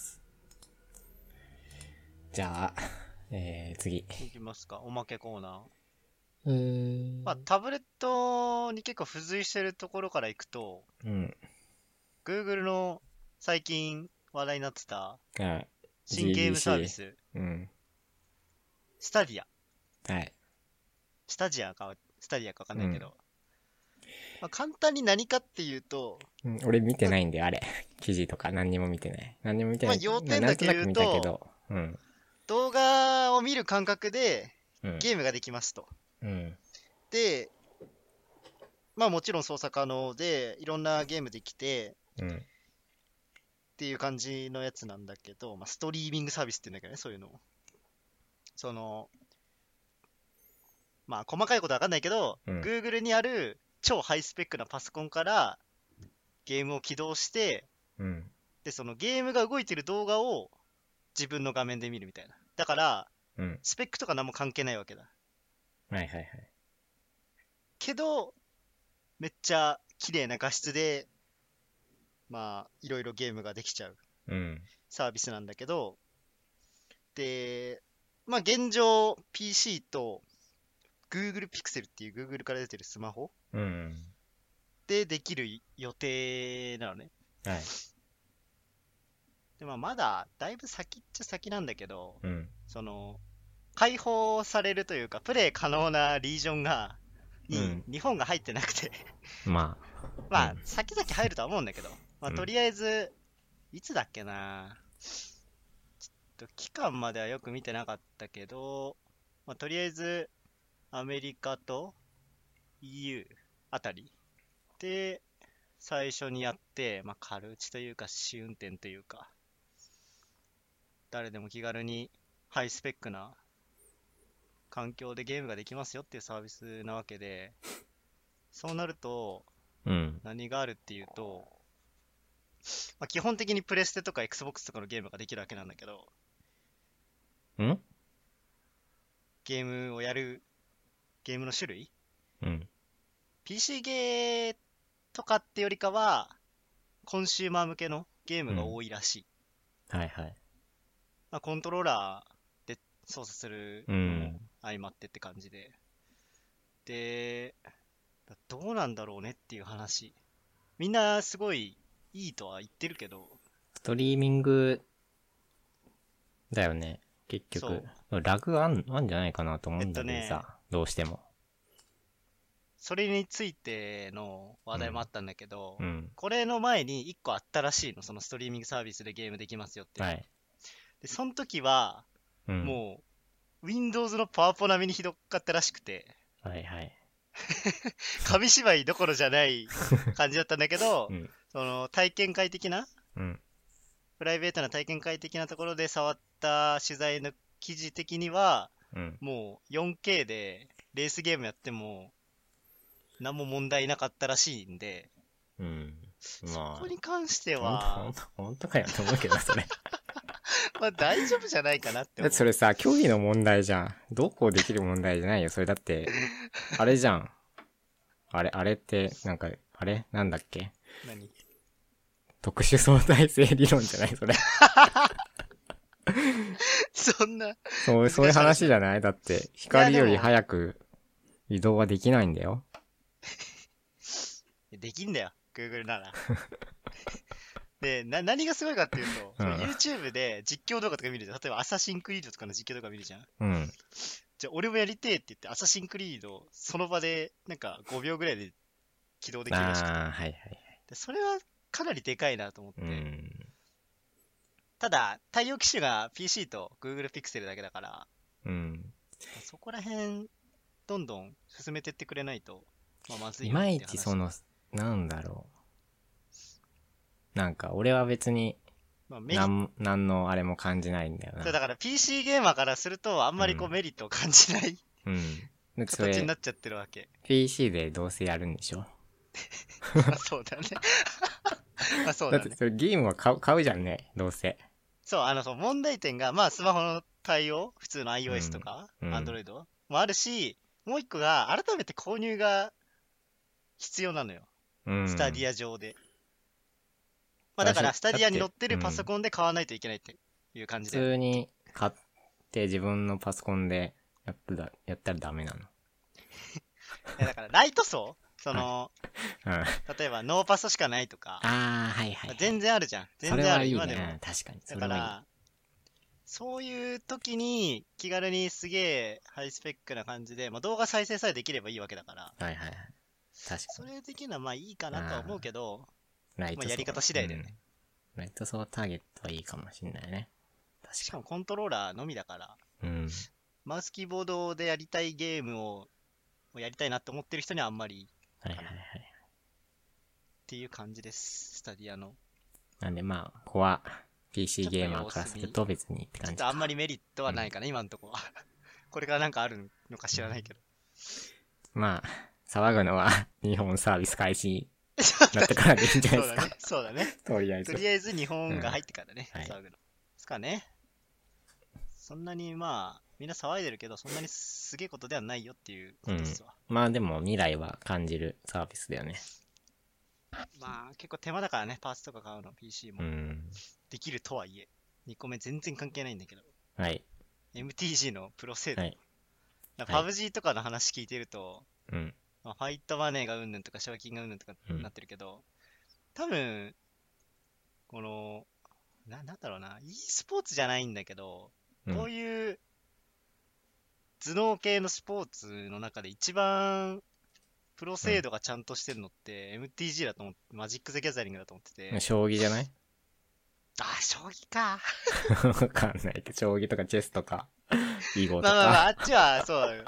はい、じゃあ、えー、次。 いきますか。おまけコーナー。 へー。 まあ、タブレットに結構付随してるところからいくと、 うん。 Google の最近話題になってたはい。 新ゲームサービジージーシー。 ス、 うん。 スタディア。 はい。 スタジアか、スタディアかわかんうん。 ないけど、まあ、簡単に何かっていうと、 うん、俺見てまあ、 ないんで、あれ。記事とか何にも見てない。何にも見てまあ、 ない。 要点だけ言うななんとなく見たけと、 ど。うん。 動画を見る感覚でうん。 ゲームができますと。 うん。 で、まあもちろん操作可能で、いろんなゲームできて、 うん。 っていう感じのやつなんだけど、まあ、ストリーミングサービスっていうんだけどね、そういうのを。その、まあ細かいことわかんないけど、 うん。 Google にある超ハイスペックなパソコンからゲームを起動して、 うん。 で、そのゲームが動いてる動画を自分の画面で見るみたいな。だから、 うん。 スペックとか何も関係ないわけだ。 はいはいはい。 けど、めっちゃ綺麗な画質で、まあ、いろいろゲームができちゃううん。 サービスなんだけど、で、まあ現状 ピーシー と Google Pixel っていう Google から出てるスマホうん。 でできる予定なのね。 はい。 で、まあまだだいぶ先っちゃ先なんだけど、 うん。 その、解放されるというか、プレイ可能なリージョンが、にうん。 日本が入ってなくてまあ。 まあ、 うん。 先々入るとは思うんだけど、まあ、 うん。 とりあえず、いつだっけな、ちょっと期間まではよく見てなかったけど、まあ、とりあえず、アメリカと イーユー あたりで、最初にやって、まあ、軽打ちというか、試運転というか、誰でも気軽にハイスペックな環境でゲームができますよっていうサービスなわけで、そうなると、 うん。 何があるっていうと、まあ、基本的にプレステとか Xbox とかのゲームができるわけなんだけど、 んゲームをやるゲームの種類うん。 ピーシー ゲーとかってよりかは、コンシューマー向けのゲームがうん。 多いらしい。 はいはい。 まあ、コントローラーで操作するのもうん。 相まってって感じで。で、どうなんだろうねっていう話。みんなすごいいいとは言ってるけど、 ストリーミングだよね。結局。 そう。 ラグあん、あんじゃないかなと思えっうんだとね、 けどさ。どうしても。 それについての話うん。 題もあったんだけど、 うん。 これの前にいっこあったらしいの、そのストリーミングサービスでゲームできますよっていうのが。 はい。 で、その時は、 うん。 もう、Windows のパワポ並みにひどかったらしくて、 はいはい。 紙芝居どころじゃない感じだったんだけど、 うん。 その体験会的な、 うん。 プライベートな体験会的なところで触った取材の記事的には、 うん。 もう よんケー でレースゲームやっても何も問題なかったらしいんで、 うん。 そまあ、 こに関してほんと、ほは、 んと、ほんとかよと思うけど、それ。 まあ大丈夫じゃないかなって思う。 だってそれさ、競技の問題じゃん。どうこうできる問題じゃないよ。それだって、あれじゃん。あれ、あれって、なんか、あれなんだっけ何特殊相対性理論じゃないそれ。 そんなそう、そういう難しい話なの？ 話じゃないだって、 いや、 光よりでも、 早く移動はできないんだよ。 できんだよ、Google なら。で、な、何がすごいかっていうと、そのうん。 YouTube で実況動画とか見るじゃん。例えば、アサシンクリードとかの実況動画見るじゃん。 うん。 じゃあ、俺もやりてえって言って、アサシンクリード、その場で、なんかごびょうぐらいで起動できるらしくて。 あー、はいはいはい。 で、それはかなりでかいなと思っうて。 ん。 ただ、対応機種が ピーシー と Google Pixel だけだから、 うん。 そこら辺、どんどん進めてってくれないと、まあ、まずいいまいよねって話。 ちその、なんだろう。なんか、俺は別に、 まあ、メリッなん、なんのあれも感じないんだよト、だな。 から ピーシー ゲーマーからすると、あんまりこううん。 メリットを感じないうん。だってそれ、 形になっちゃってるわけ。 ピーシー でどうせやるんでしょまあそうだね。まあそうだね。 だってそれゲームは買う、買うじゃんね。どうせ。 そう、あの、そう、問題点が、まあスマホの対応、普通のう iOS とん。 か、 うん。 Android もあるし、もう一個が、改めて購入が必要なのよ。 うスタディん。 ア上で。まあだから、 だし、 スタディアに載だって、 ってるパソうん。 コンで買わないといけないっていう感普じだよね。 通に買って自分のパソコンでやっただ、やったらダメなの。 やだからライト層その、 うん。あ例えばノーパスしかないとか、 あ、はいはい、はい。 全然あるじゃん。 そ全然ある。 れはいいね。 今でも。 うん確かに。 だそれはいい。 から、そういう時に気軽にすげえハイスペックな感じで、まあ、動画再生さえできればいいわけだから、 はいはいはい。確かに。 それできるのはまあいいかなとはああ、 思うけど、まあ、 ライト層。 やり方次うん。 第だよね。 ライト層ターゲットはいいかもしんないね。確かしかもコントローラーのみだから、 に。うん。 マウスキーボードでやりたいゲームをやりたいなって思ってる人にはあんまりはいはいかなっはい。 ていう感じです。スタディアの。 なんでまあ、ここは ピーシーちょっとゲーマーからする様子見。 と別にってちょっ感じか。 とあんまりメリットはないかな、今のとこは。これからなんかあるのか知らないけど。 まあ、騒ぐのは日本サービス開始になってからでいいんじゃないですか。 そうだね。そうだね。 とりあえず。 とりあえず日本が入ってからね、 うんはい騒ぐの。ですかね。そんなにまあ、みんな騒いでるけど、そんなにすげえことではないよっていうことですわ。 まあでも未来は感じるサービスだよね。 まあ、結構手間だからね、パーツとか買うの、ピーシー も。 うん。 できるとはいえ。にこめ全然関係ないんだけど。 はい。 エムティージー のプロ制度。 はい。 パはいブジー とかの話聞いてると、 うん。 まあ、ファイトマネーがうんぬんとか賞金がうんぬんとかうんなってるけど、多分、この、な、なんだろうな、e スポーツじゃないんだけど、 うん。 こういう頭脳系のスポーツの中で一番プロ制度がちゃんとしてるのって エムティージー だと思って、マジック・ザ・ギャザリングだと思ってて、 将棋じゃないあー、将棋か。 わかんないけど、将棋とかチェスとか、囲碁とまあまあまあ、あか。 っちはそうだよ。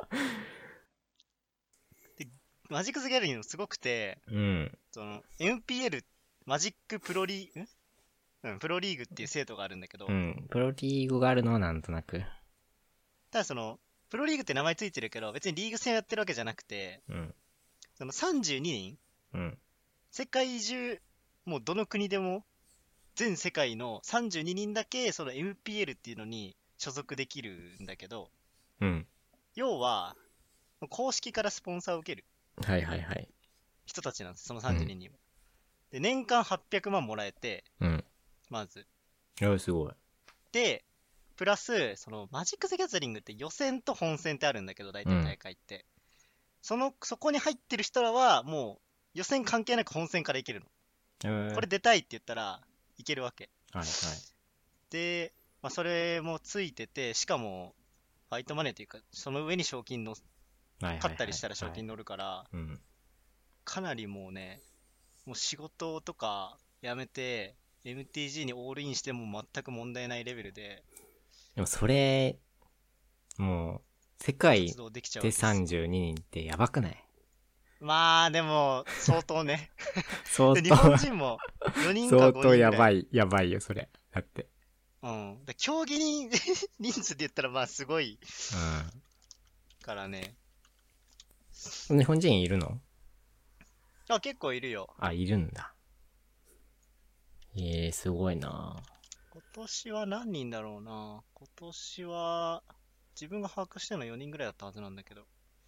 で、マジック・ザ・ギャザリングもすごくて、 うん。 その エムピーエル、マジックプロリーグ、んうん、プロリーグっていう制度があるんだけど、 うん。プロリーグがあるのはなんとなく。 ただその、プロリーグって名前ついてるけど、別にリーグ戦やってるわけじゃなくて、 うん。 そのさんじゅうににん、 うん。 世界中、もうどの国でも、全世界のさんじゅうににんだけ、その エムピーエル っていうのに所属できるんだけど、 うん。 要は、公式からスポンサーを受けるはいはいはい。 人たちなんです、そのさんじゅうににんは。で、年間はっぴゃくまんもらえて、 うん。 まず。 いや、すごい。 で、プラス、そのマジック・ザ・ギャザリングって予選と本戦ってあるんだけど、大体大会って。その、そこに入ってる人らは、もう予選関係なく本戦からいけるの。 えー、 これ出たいって言ったらいけるわけ。 はいはい。 で、まあ、それもついてて、しかも、ファイトマネーというか、その上に賞金の、 はいはいはい。 勝ったりしたら賞金乗るから、 うん。 かなりもうね、もう仕事とか辞めて、エムティージー にオールインしても全く問題ないレベルででもそれ、もう、世界活動できちゃうでわけですよ。 さんじゅうににんってやばくないまあ、でも、相当ね。で、日相当、 本人もよにんか相当ごにんぐらい。 やばい、やばいよ、それ。だって。 うん。で競技人人数で言ったらまあすごいからね。 うん。日本人いるのあ、結構いるよ。 あ、いるんだ。ええー、すごいな今年は何人だろうな。今年は、自分が把握してるのよにんぐらいだったはずなんだけど。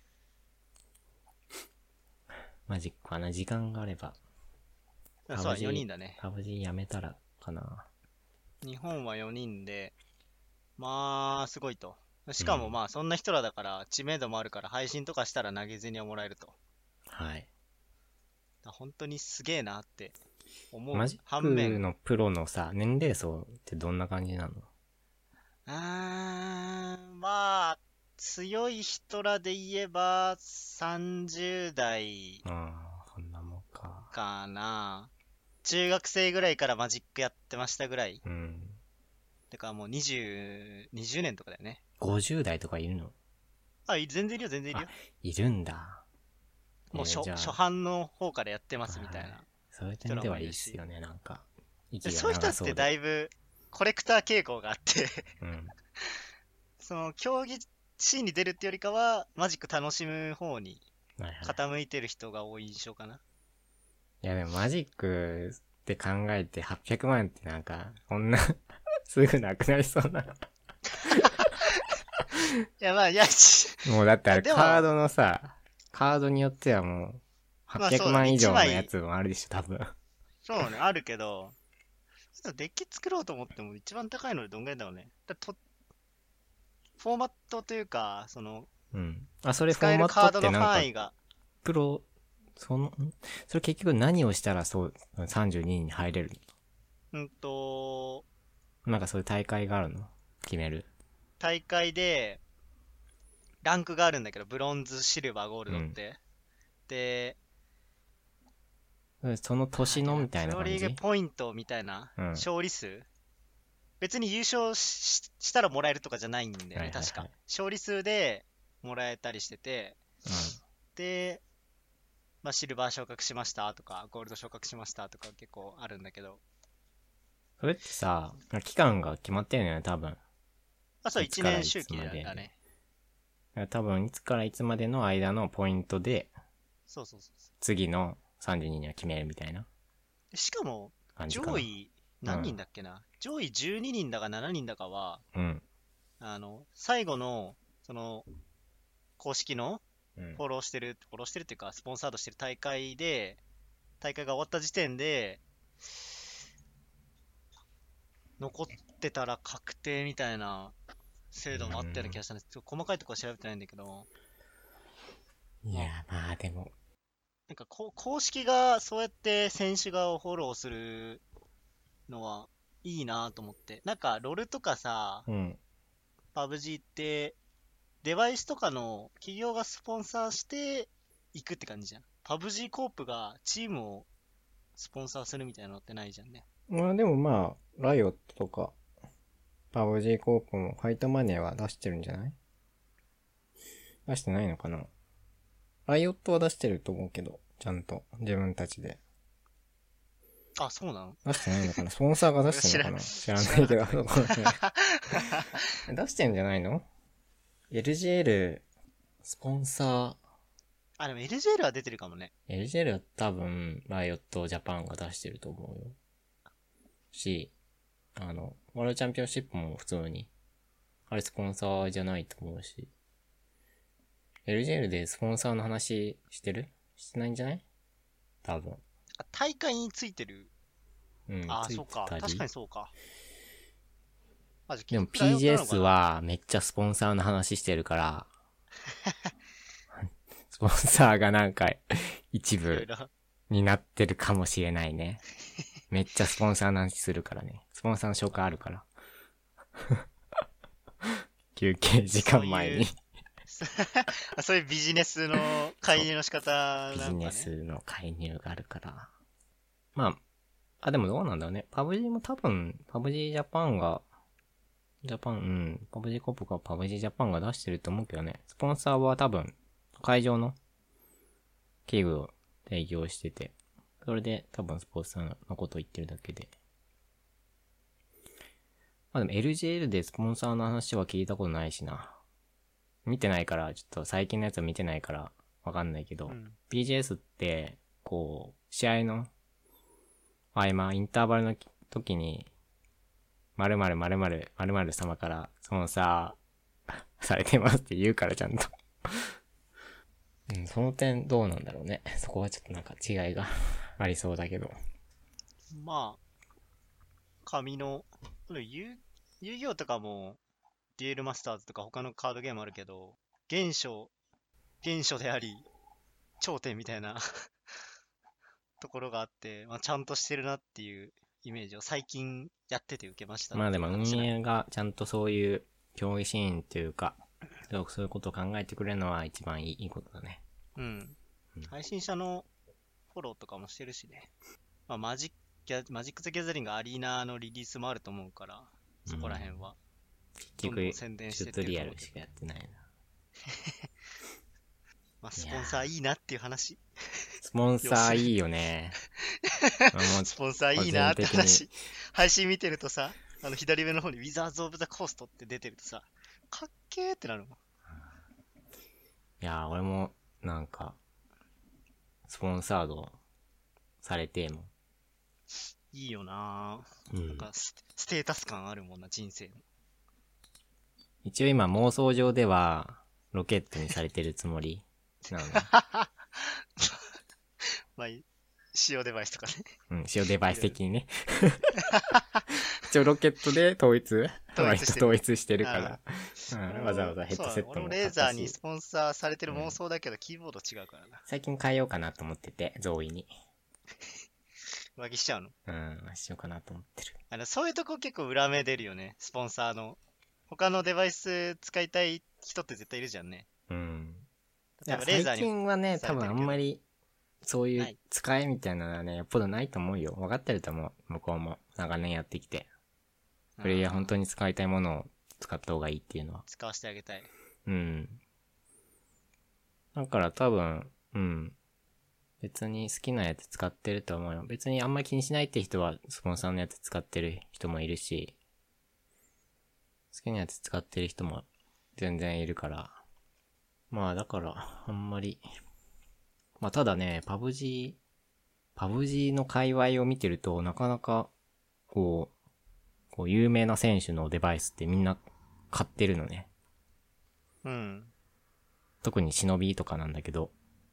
マジかな、時間があれば。 そう、よにんだね。 パブ G やめたらかな。 日本はよにんで、まあ、すごいと。しかもまあ、そんな人らだから、知名度もあるから、配信とかしたら投げ銭をもらえると。 はい。 本当にすげえなって思う。 マジッ反面。 クのプロのさ、年齢層ってどんな感じなのあー、まあ、強い人らで言えば、さんじゅう代ああ、そんなもんか。 かな。中学生ぐらいからマジックやってましたぐらい。 うん。 てかもうにじゅう、にじゅうねんとかだよね。 ごじゅう代とかいるのあ、い全然いるよ、全然いるよ。 いるんだ。 もう初、 えーじゃあ初版の方からやってますみたいな。 はいそういう点ではいいっすよね、なんか。息がそういう人って長そうで。 だいぶコレクター傾向があってうん。 その競技シーンに出るってよりかは、マジック楽しむ方にはいはい。 傾いてる人が多い印象かな。 いやでもマジックって考えてはっぴゃくまんってなんか、こんなすぐなくなりそうな。 いや、まあ、いや、ちもうだってあれでもカードのさ、カードによってはもう、 まあ 800 そうだね万以上の一枚やつもあるでしょ、多分。 そうね、あるけど、デッキ作ろうと思っても一番高いのでどんぐらいだろうね。だとフォーマットというか、そのうん。あ、それフォー使えるマットってカードのなんか、 範囲が、 プロ、その、んそれ結局何をしたらそう、さんじゅうににんに入れるうんと、 の？なんかそういう大会があるの？決める。 大会で、ランクがあるんだけど、ブロンズ、シルバー、ゴールうん。 ドって。で、 そのなんだっけな、 年のみたいプロリーグな感じ？ ポイントみたいな、 うん。は勝利数別に優勝ししたらもらえるとかじゃないんだよね、 いはいは確か。 い。 勝利数でもらえたりしてて、 うん。 で、まあ、シルバー昇格しましたとか、ゴールド昇格しましたとか結構あるんだけど、 それってさ、期間が決まってるのよね、多分。 あ、そう、 いつ 1 からいつ年周期までで。 だね。 多分、いつからいつまでの間のポイントで、 そうそうそうそ次のさんじゅうににんには決めるみたいなう。しかも、 感じかな。 上位何人だっけな、上位じゅうににんだかしちにんだかは、 うん。 あの、最後の、その、公式のうん。 フォローしてる、フォローしてるっていうか、スポンサードしてる大会で、大会が終わった時点で、残ってたら確定みたいな制度もあったような気がしたんです。ちょっと細かいところは調べてないんだけど、まあ、 いや、まあでも、 なんかこ公式がそうやって選手側をフォローするのはいいなと思って。なんか、ロールとかさ、 うん。 パブジーって、デバイスとかの企業がスポンサーしていくって感じじゃん。パブジーコープがチームをスポンサーするみたいなのってないじゃんね。 まあでもまあ、ライオットとか、パブ G コープもファイトマネーは出してるんじゃない？出してないのかな？ライオットは出してると思うけど、ちゃんと自分たちで。 あ、そうなの？ 出してないのかな？スポンサーが出俺は知らん、 してるのかな？知ら知らないけど、 なかったけど。 出してんじゃないの？ エルジェーエル、スポンサあ、でも エルジェーエル は出てるかもね。 ー、エルジェーエル は多分、ライオットジャパンが出してると思うよ。し、あの、ワールドチャンピオンシップも普通に、あれスポンサーじゃないと思うし、エルジェーエル でスポンサーの話してる？してないんじゃない？多分。 あ、大会についてる。 うん、 あ、 ついそうか。確かてたり。 にそうか。あ、じゃあでも結局ライオットなのかピージーエスな？ はめっちゃスポンサーの話してるから、スポンサーがなんか一部いろいろ。 になってるかもしれないね。めっちゃスポンサーの話するからね。スポンサーの紹介あるから。休憩時間前にあ、そういうビジネスの介入の仕方ビジなのかね。 ネスの介入があるから。まあ、あ、でもどうなんだろうね。パブ G も多分、パブ G ジャパンが、ジャパン、うん、パブ G コップかパブ G ジャパンが出してると思うけどね。スポンサーは多分、会場の器具を提供してて、それで多分スポンサーのことを言ってるだけで。まあでも エルジェーエル でスポンサーの話は聞いたことないしな。見てないから、ちょっと最近のやつは見てないからわかんないけど、 うん。 ピージーエス って、こう、試合の合間、インターバルの時に、〇〇〇〇〇〇様からスポンサーされてますって言うからちゃんとうん、その点どうなんだろうね。そこはちょっとなんか違いがありそうだけど。 まあ、紙の、遊遊戯王とかも、デュエルマスターズとか他のカードゲームあるけど、原初、原初であり、頂点みたいなところがあって、まあ、ちゃんとしてるなっていうイメージを最近やってて受けましたっていうまあでも運話だね。 営がちゃんとそういう競技シーンというか、そういうことを考えてくれるのは一番いい、いいことだね。 うん。 うん、 配信者のフォローとかもしてるしね。まあ、マジック、マジック・ザ・ギャザリングアリーナのリリースもあると思うから、そこら辺は。 結局、 どんどん宣伝してってチュートリると思うけど。 アルしかやってないな。 まあ、スポンサーいいなっていう話。 スポンサ要するにーいいよね。まあもうスポンサーいいなって話。配信見てるとさ、あの左上の方に Wizards of the Coast って出てるとさ、かっけーってなるもん。 いやー、俺も、なんか、スポンサードされても。 いいよなうん。 なんかス、ステータス感あるもんな、人生の。 一応今妄想上では、ロケットにされてるつもりなのね。 まあ、使用デバイスとかね。 うん、使用デバイス的にね。一応ロケットで統一統一してる。 統一してるかあら、うん、 俺もわざわざヘッドセッそうだね俺もトも買っレーザーたし、 にスポンサーされてる妄想だけど、キーボード違うからな。 最近変えようかなと思ってて、ゾーイに。 浮気しちゃうの。 うん、しようかなと思ってる。 あの、そういうとこ結構裏目出るよね。スポンサーの。他のデバイス使いたい人って絶対いるじゃんね。 うん。いや、 例えばレーザ最ーに。 近はね、多分あんまり、そういない。 う使いみたいなのはね、よっぽどないと思うよ。分かってると思う。向こうも。長年やってきて。プレイヤー本当にに使いたいものを使った方がいいっていうのは。 使わせてあげたい。 うん。だから多分、うん。別に好きなやつ使ってると思うよ。別にあんまり気にしないって人は、スポンサーのやつ使ってる人もいるし、好きなやつ使ってる人も全然いるから。まあだから、あんまり。まあただね、パブジー、パブジーの界隈を見てると、なかなか、こう、こう有名な選手のデバイスってみんな買ってるのね。 うん。 特に忍びとかなんだけど。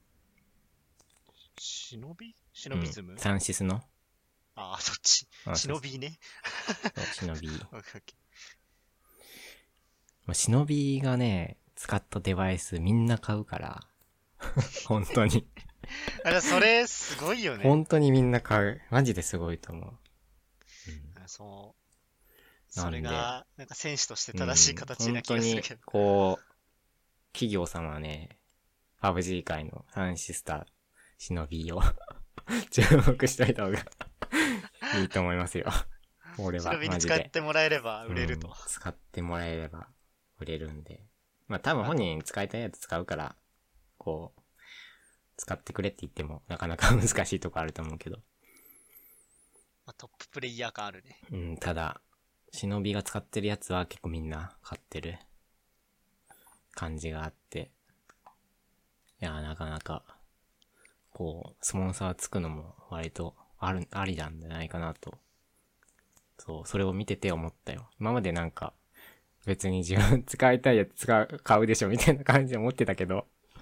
忍び忍びズム、 うん、サンシスのああ、そっち。 あ忍びね。 そう忍び。 オッケーオッケまあ、忍びがね、使ったデバイスみんな買うから。本当に。 ーあれ、それ、すごいよね。 本当にみんな買う。マジですごいと思う。 あそう。 なんでそれが、なんか選手として正しい形な気がするけど。 うん、本当に、こう、企業様はね、パブジー 界のサンシスター、忍びを注目しといた方がいいと思いますよ。俺は忍びにマジで。 使ってもらえれば売れると。 うん、使ってもらえれば売れるんで。まあ多分本人使いたいやつ使うから、こう、使ってくれって言ってもなかなか難しいとこあると思うけど。 まあ、トッププレイヤー感あるね。 うん、ただ、忍びが使ってるやつは結構みんな買ってる感じがあって。いや、なかなか、こう、スポンサーつくのも割とある、ありなんじゃないかなと。そう、それを見てて思ったよ。今までなんか、別に自分使いたいやつ使う、買うでしょみたいな感じで思ってたけど。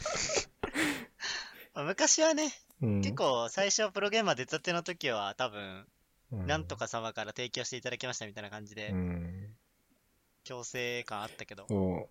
まあ、昔はね、 うん、 結構最初プロゲーマー出たての時は多分、 うん、 なんとか様から提供していただきましたみたいな感じで、 うん、 強制感あったけど、 そう。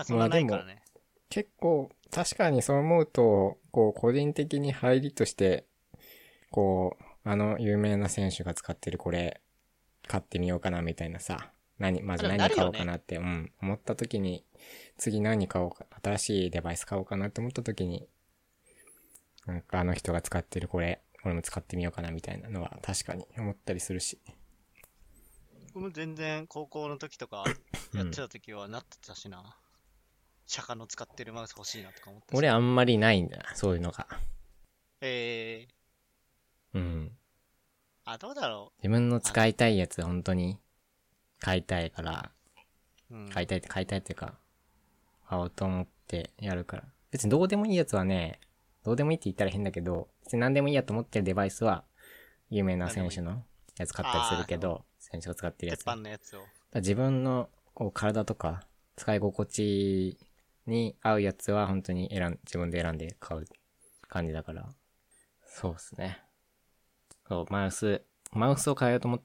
今そんなないからね。 結構、確かにそう思うと、こう、個人的に入りとして、こう、あの有名な選手が使ってるこれ、買ってみようかなみたいなさ、何、まず何買おうかなって、ね、うん、思った時に、次何買おうか、新しいデバイス買おうかなって思った時に、なんかあの人が使ってるこれ、俺も使ってみようかなみたいなのは確かに思ったりするし。 僕も全然高校の時とかやってた時はなってたしな。うん、釈迦の使ってるマウス欲しいなとか思ったし。 俺あんまりないんだ、そういうのが。 えー。うん。 あ、どうだろう。自分の使いたいやつ本当に買いたいから、うん、買いたいって買いたいっていうか、買おうと思ってやるから。別にどうでもいいやつはね、どうでもいいって言ったら変だけど、別に何でもいいやと思ってるデバイスは、有名な選手のやつ買ったりするけど、選手が使ってるやつ。 鉄板のやつを。 自分のこう体とか、使い心地に合うやつは本当に選ん、自分で選んで買う感じだから。そうですね。そう、マウス、マウスを変えようと思って、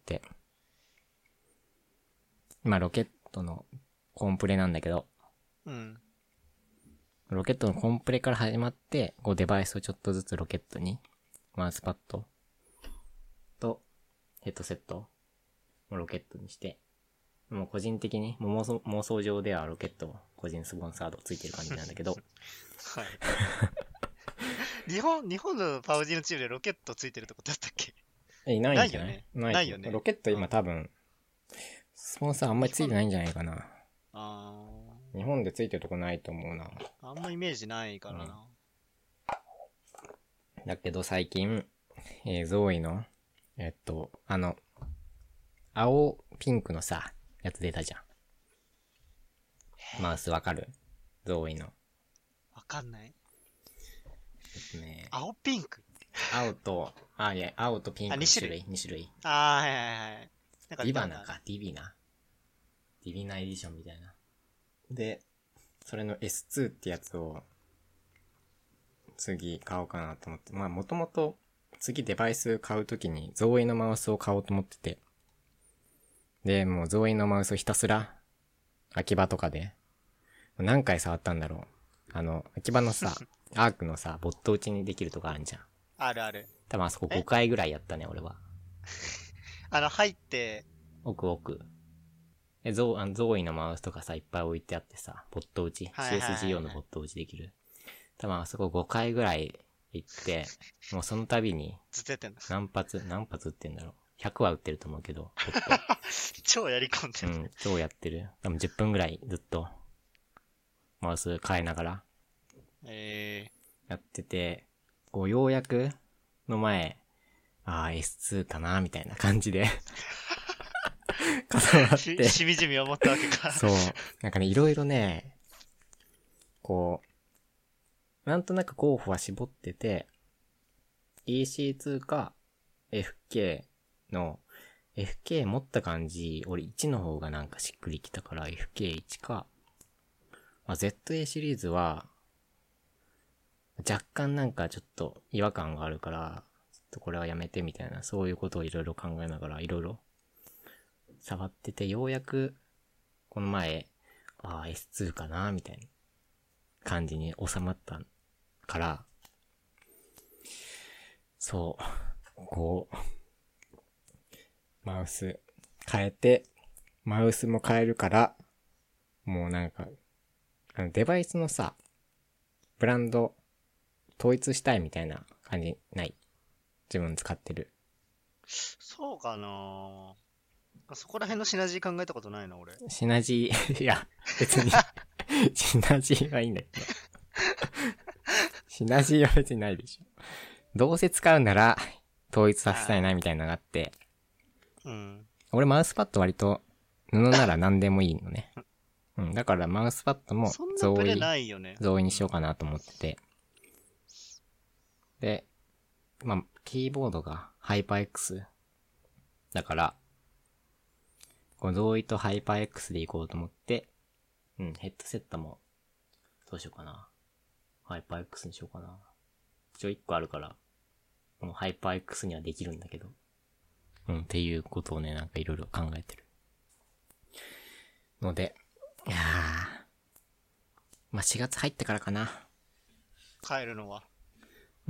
今ロケットのコンプレなんだけど、 うん。 ロケットのコンプレから始まって、こうデバイスをちょっとずつロケットに、マウスパッドとヘッドセットをロケットにして、もう個人的に、もう妄想、妄想上ではロケット個人スポンサードついてる感じなんだけど。はい。 日本、日本のパウジのチームでロケットついてるとこだったっけ？ え、いないんじゃない？ ないよね。ないよね。 ロケット今多分、スポンサーあんまりついてないんじゃないかな。あー。日本でついてるとこないと思うな。 あんまイメージないからな。 うん、だけど最近、えー、ゾーイの、えっと、あの、青ピンクのさ、やつ出たじゃん。マウスわかる？ゾーイの。 わかんない。 えっとね、 青ピンク青と、あ、いや、青とピンクの種類。に種類。 あー、はいはいはい。 なんかディバナか、ディビナ。ディビナエディションみたいな。で、それの エスツー ってやつを、次買おうかなと思って。まあ、もともと、次デバイス買うときに、ゾーイのマウスを買おうと思ってて。 で、もうゾーイのマウスをひたすら、秋葉とかで、何回触ったんだろう。あの、秋葉のさ、アークのさ、ボット打ちにできるとかあるじゃん。 あるある。 多分あそこごかいぐらいやったね、俺は。 あの、入って、 奥奥。え、ゾー、あのゾーイのマウスとかさ、いっぱい置いてあってさ、ボット打ち、 はいはいはいはいシーエスジーオー のボット打ちできる。多分あそこごかいぐらい行って、もうその度に、 ずっとやってんの。 何発、何発撃ってんだろう。ひゃくは撃ってると思うけど、ボッ超やり込んト。 でる。 うん、超やってる。多分じゅっぷんぐらいずっと、マウス変えながら、 えやってて、こう、ようやく、の前、あー エスツー かなみたいな感じで、固まー、 っ。 してしみじみ思ったわけか。 そう。なんかね、いろいろね、こう、なんとなく候補は絞ってて、イーシーツー か エフケー の、エフケー 持った感じ、俺いちの方がなんかしっくりきたから エフケーワン か、まあ、ゼットエー シリーズは、若干なんかちょっと違和感があるから、ちょっとこれはやめてみたいな、そういうことをいろいろ考えながらいろいろ触ってて、ようやく、この前、ああ、エスツー かなみたいな感じに収まったから、そう、こう、マウス変えて、マウスも変えるから、もうなんか、あのデバイスのさ、ブランド、統一したいみたいな感じない？自分使ってる。 そうかなそこら辺のシナジー考えたことないな、俺。 シナジー、いや、別に、シナジーはいいんだけど。シナジーは別にないでしょ。どうせ使うなら、統一させたいなみたいなのがあって、 うん。 俺マウスパッド割と布なら何でもいいのね。うん、だからマウスパッドもそんな増ブレ位、 ないよね。 増位にしようかなと思ってて。で、まあ、キーボードがハイパー X だから、この増位とハイパー X でいこうと思って、うん、ヘッドセットも、どうしようかな。ハイパー X にしようかな。一応いっこあるから、このハイパー X にはできるんだけど。うん、っていうことをね、なんかいろいろ考えてる。ので、いやー。まあ、しがつ入ってからかな。 変えるのは。 うん。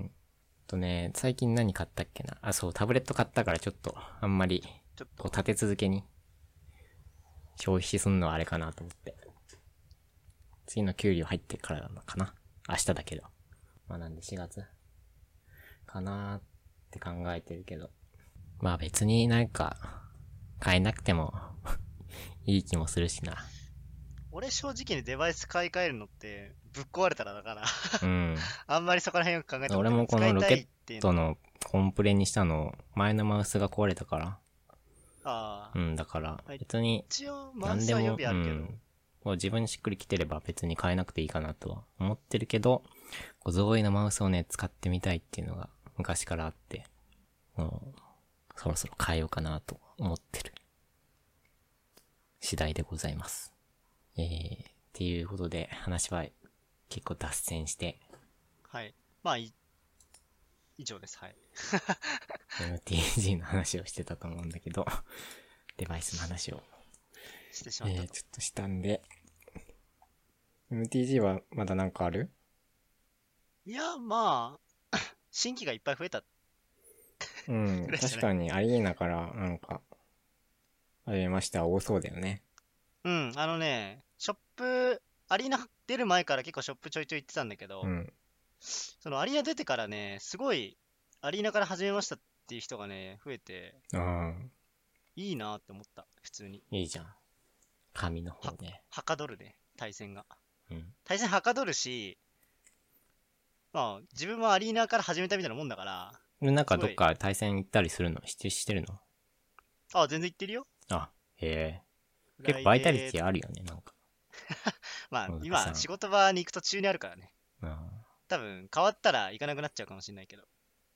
とね、最近何買ったっけな。あ、そう、タブレット買ったからちょっと、あんまり、 ちょっと。 こう立て続けに、消費すんのはあれかなと思って。次の給料入ってからなのかな。明日だけど。まあなんでしがつかなーって考えてるけど。まあ別になんか、買えなくても、いい気もするしな。 俺正直にデバイス買い替えるのってぶっ壊れたらだから。 うん。 あんまりそこら辺よく考えたこと俺ない。 もこのロケ使いたいっていうのットのコンプレにしたの、前のマウスが壊れたから。 ああ。 うん、だからはい、 別に、 一応、マウ何でも、 スは予備あるけど。 うん。こう自分にしっくりきてれば別に変えなくていいかなとは思ってるけど、こうゾーイのマウスをね、使ってみたいっていうのが昔からあって、もう、そろそろ変えようかなと思ってる次第でございます。えー、っていうことで話は結構脱線して、 はい。まあ、い、以上です。はい。 エムティージー の話をしてたと思うんだけど、デバイスの話を、 してしまったと。 えー、ちょっとしたんで、エムティージー はまだなんかある？ いや、まあ、新規がいっぱい増えた。 うん、確かにアリーナからなんか、ありました多そうだよね。 うん、あのね、ショップ、アリーナ出る前から結構ショップちょいちょい行ってたんだけど、 うん。 そのアリーナ出てからね、すごい、アリーナから始めましたっていう人がね、増えて、 ああ、 いいなって思った、普通に。 いいじゃん。紙の方ね。 はかどるね、対戦が。 うん。 対戦はかどるし、まあ、自分もアリーナから始めたみたいなもんだから、 なんかどっか対戦行ったりするの？してしてるの？ あ、全然行ってるよ。 あ、へえ。結構バイタリティあるよね、なんか。 まあ、 小高さん今、仕事場に行く途中にあるからね。 あ多分、変わったら行かなくなっちゃうかもしれないけど。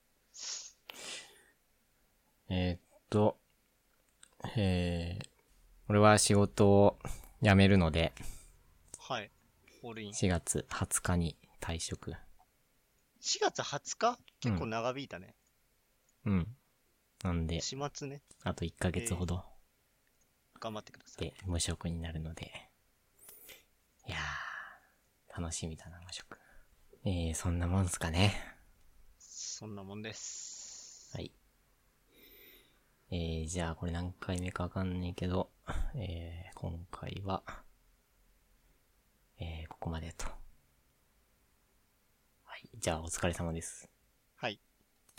えー、っと、えー、俺は仕事を辞めるので、 はい。オールイン。 しがつはつかに退職。 しがつはつか結構長引いたね。 うん。なんで、 始末ね。 あといっかげつほど。 頑張ってください。 で、無職になるので。いやー、楽しみだな、無職。えー、そんなもんすかね。 そんなもんです。 はい。えー、じゃあこれ何回目かわかんないけど、えー、今回は、えー、ここまでと。はい。じゃあお疲れ様です。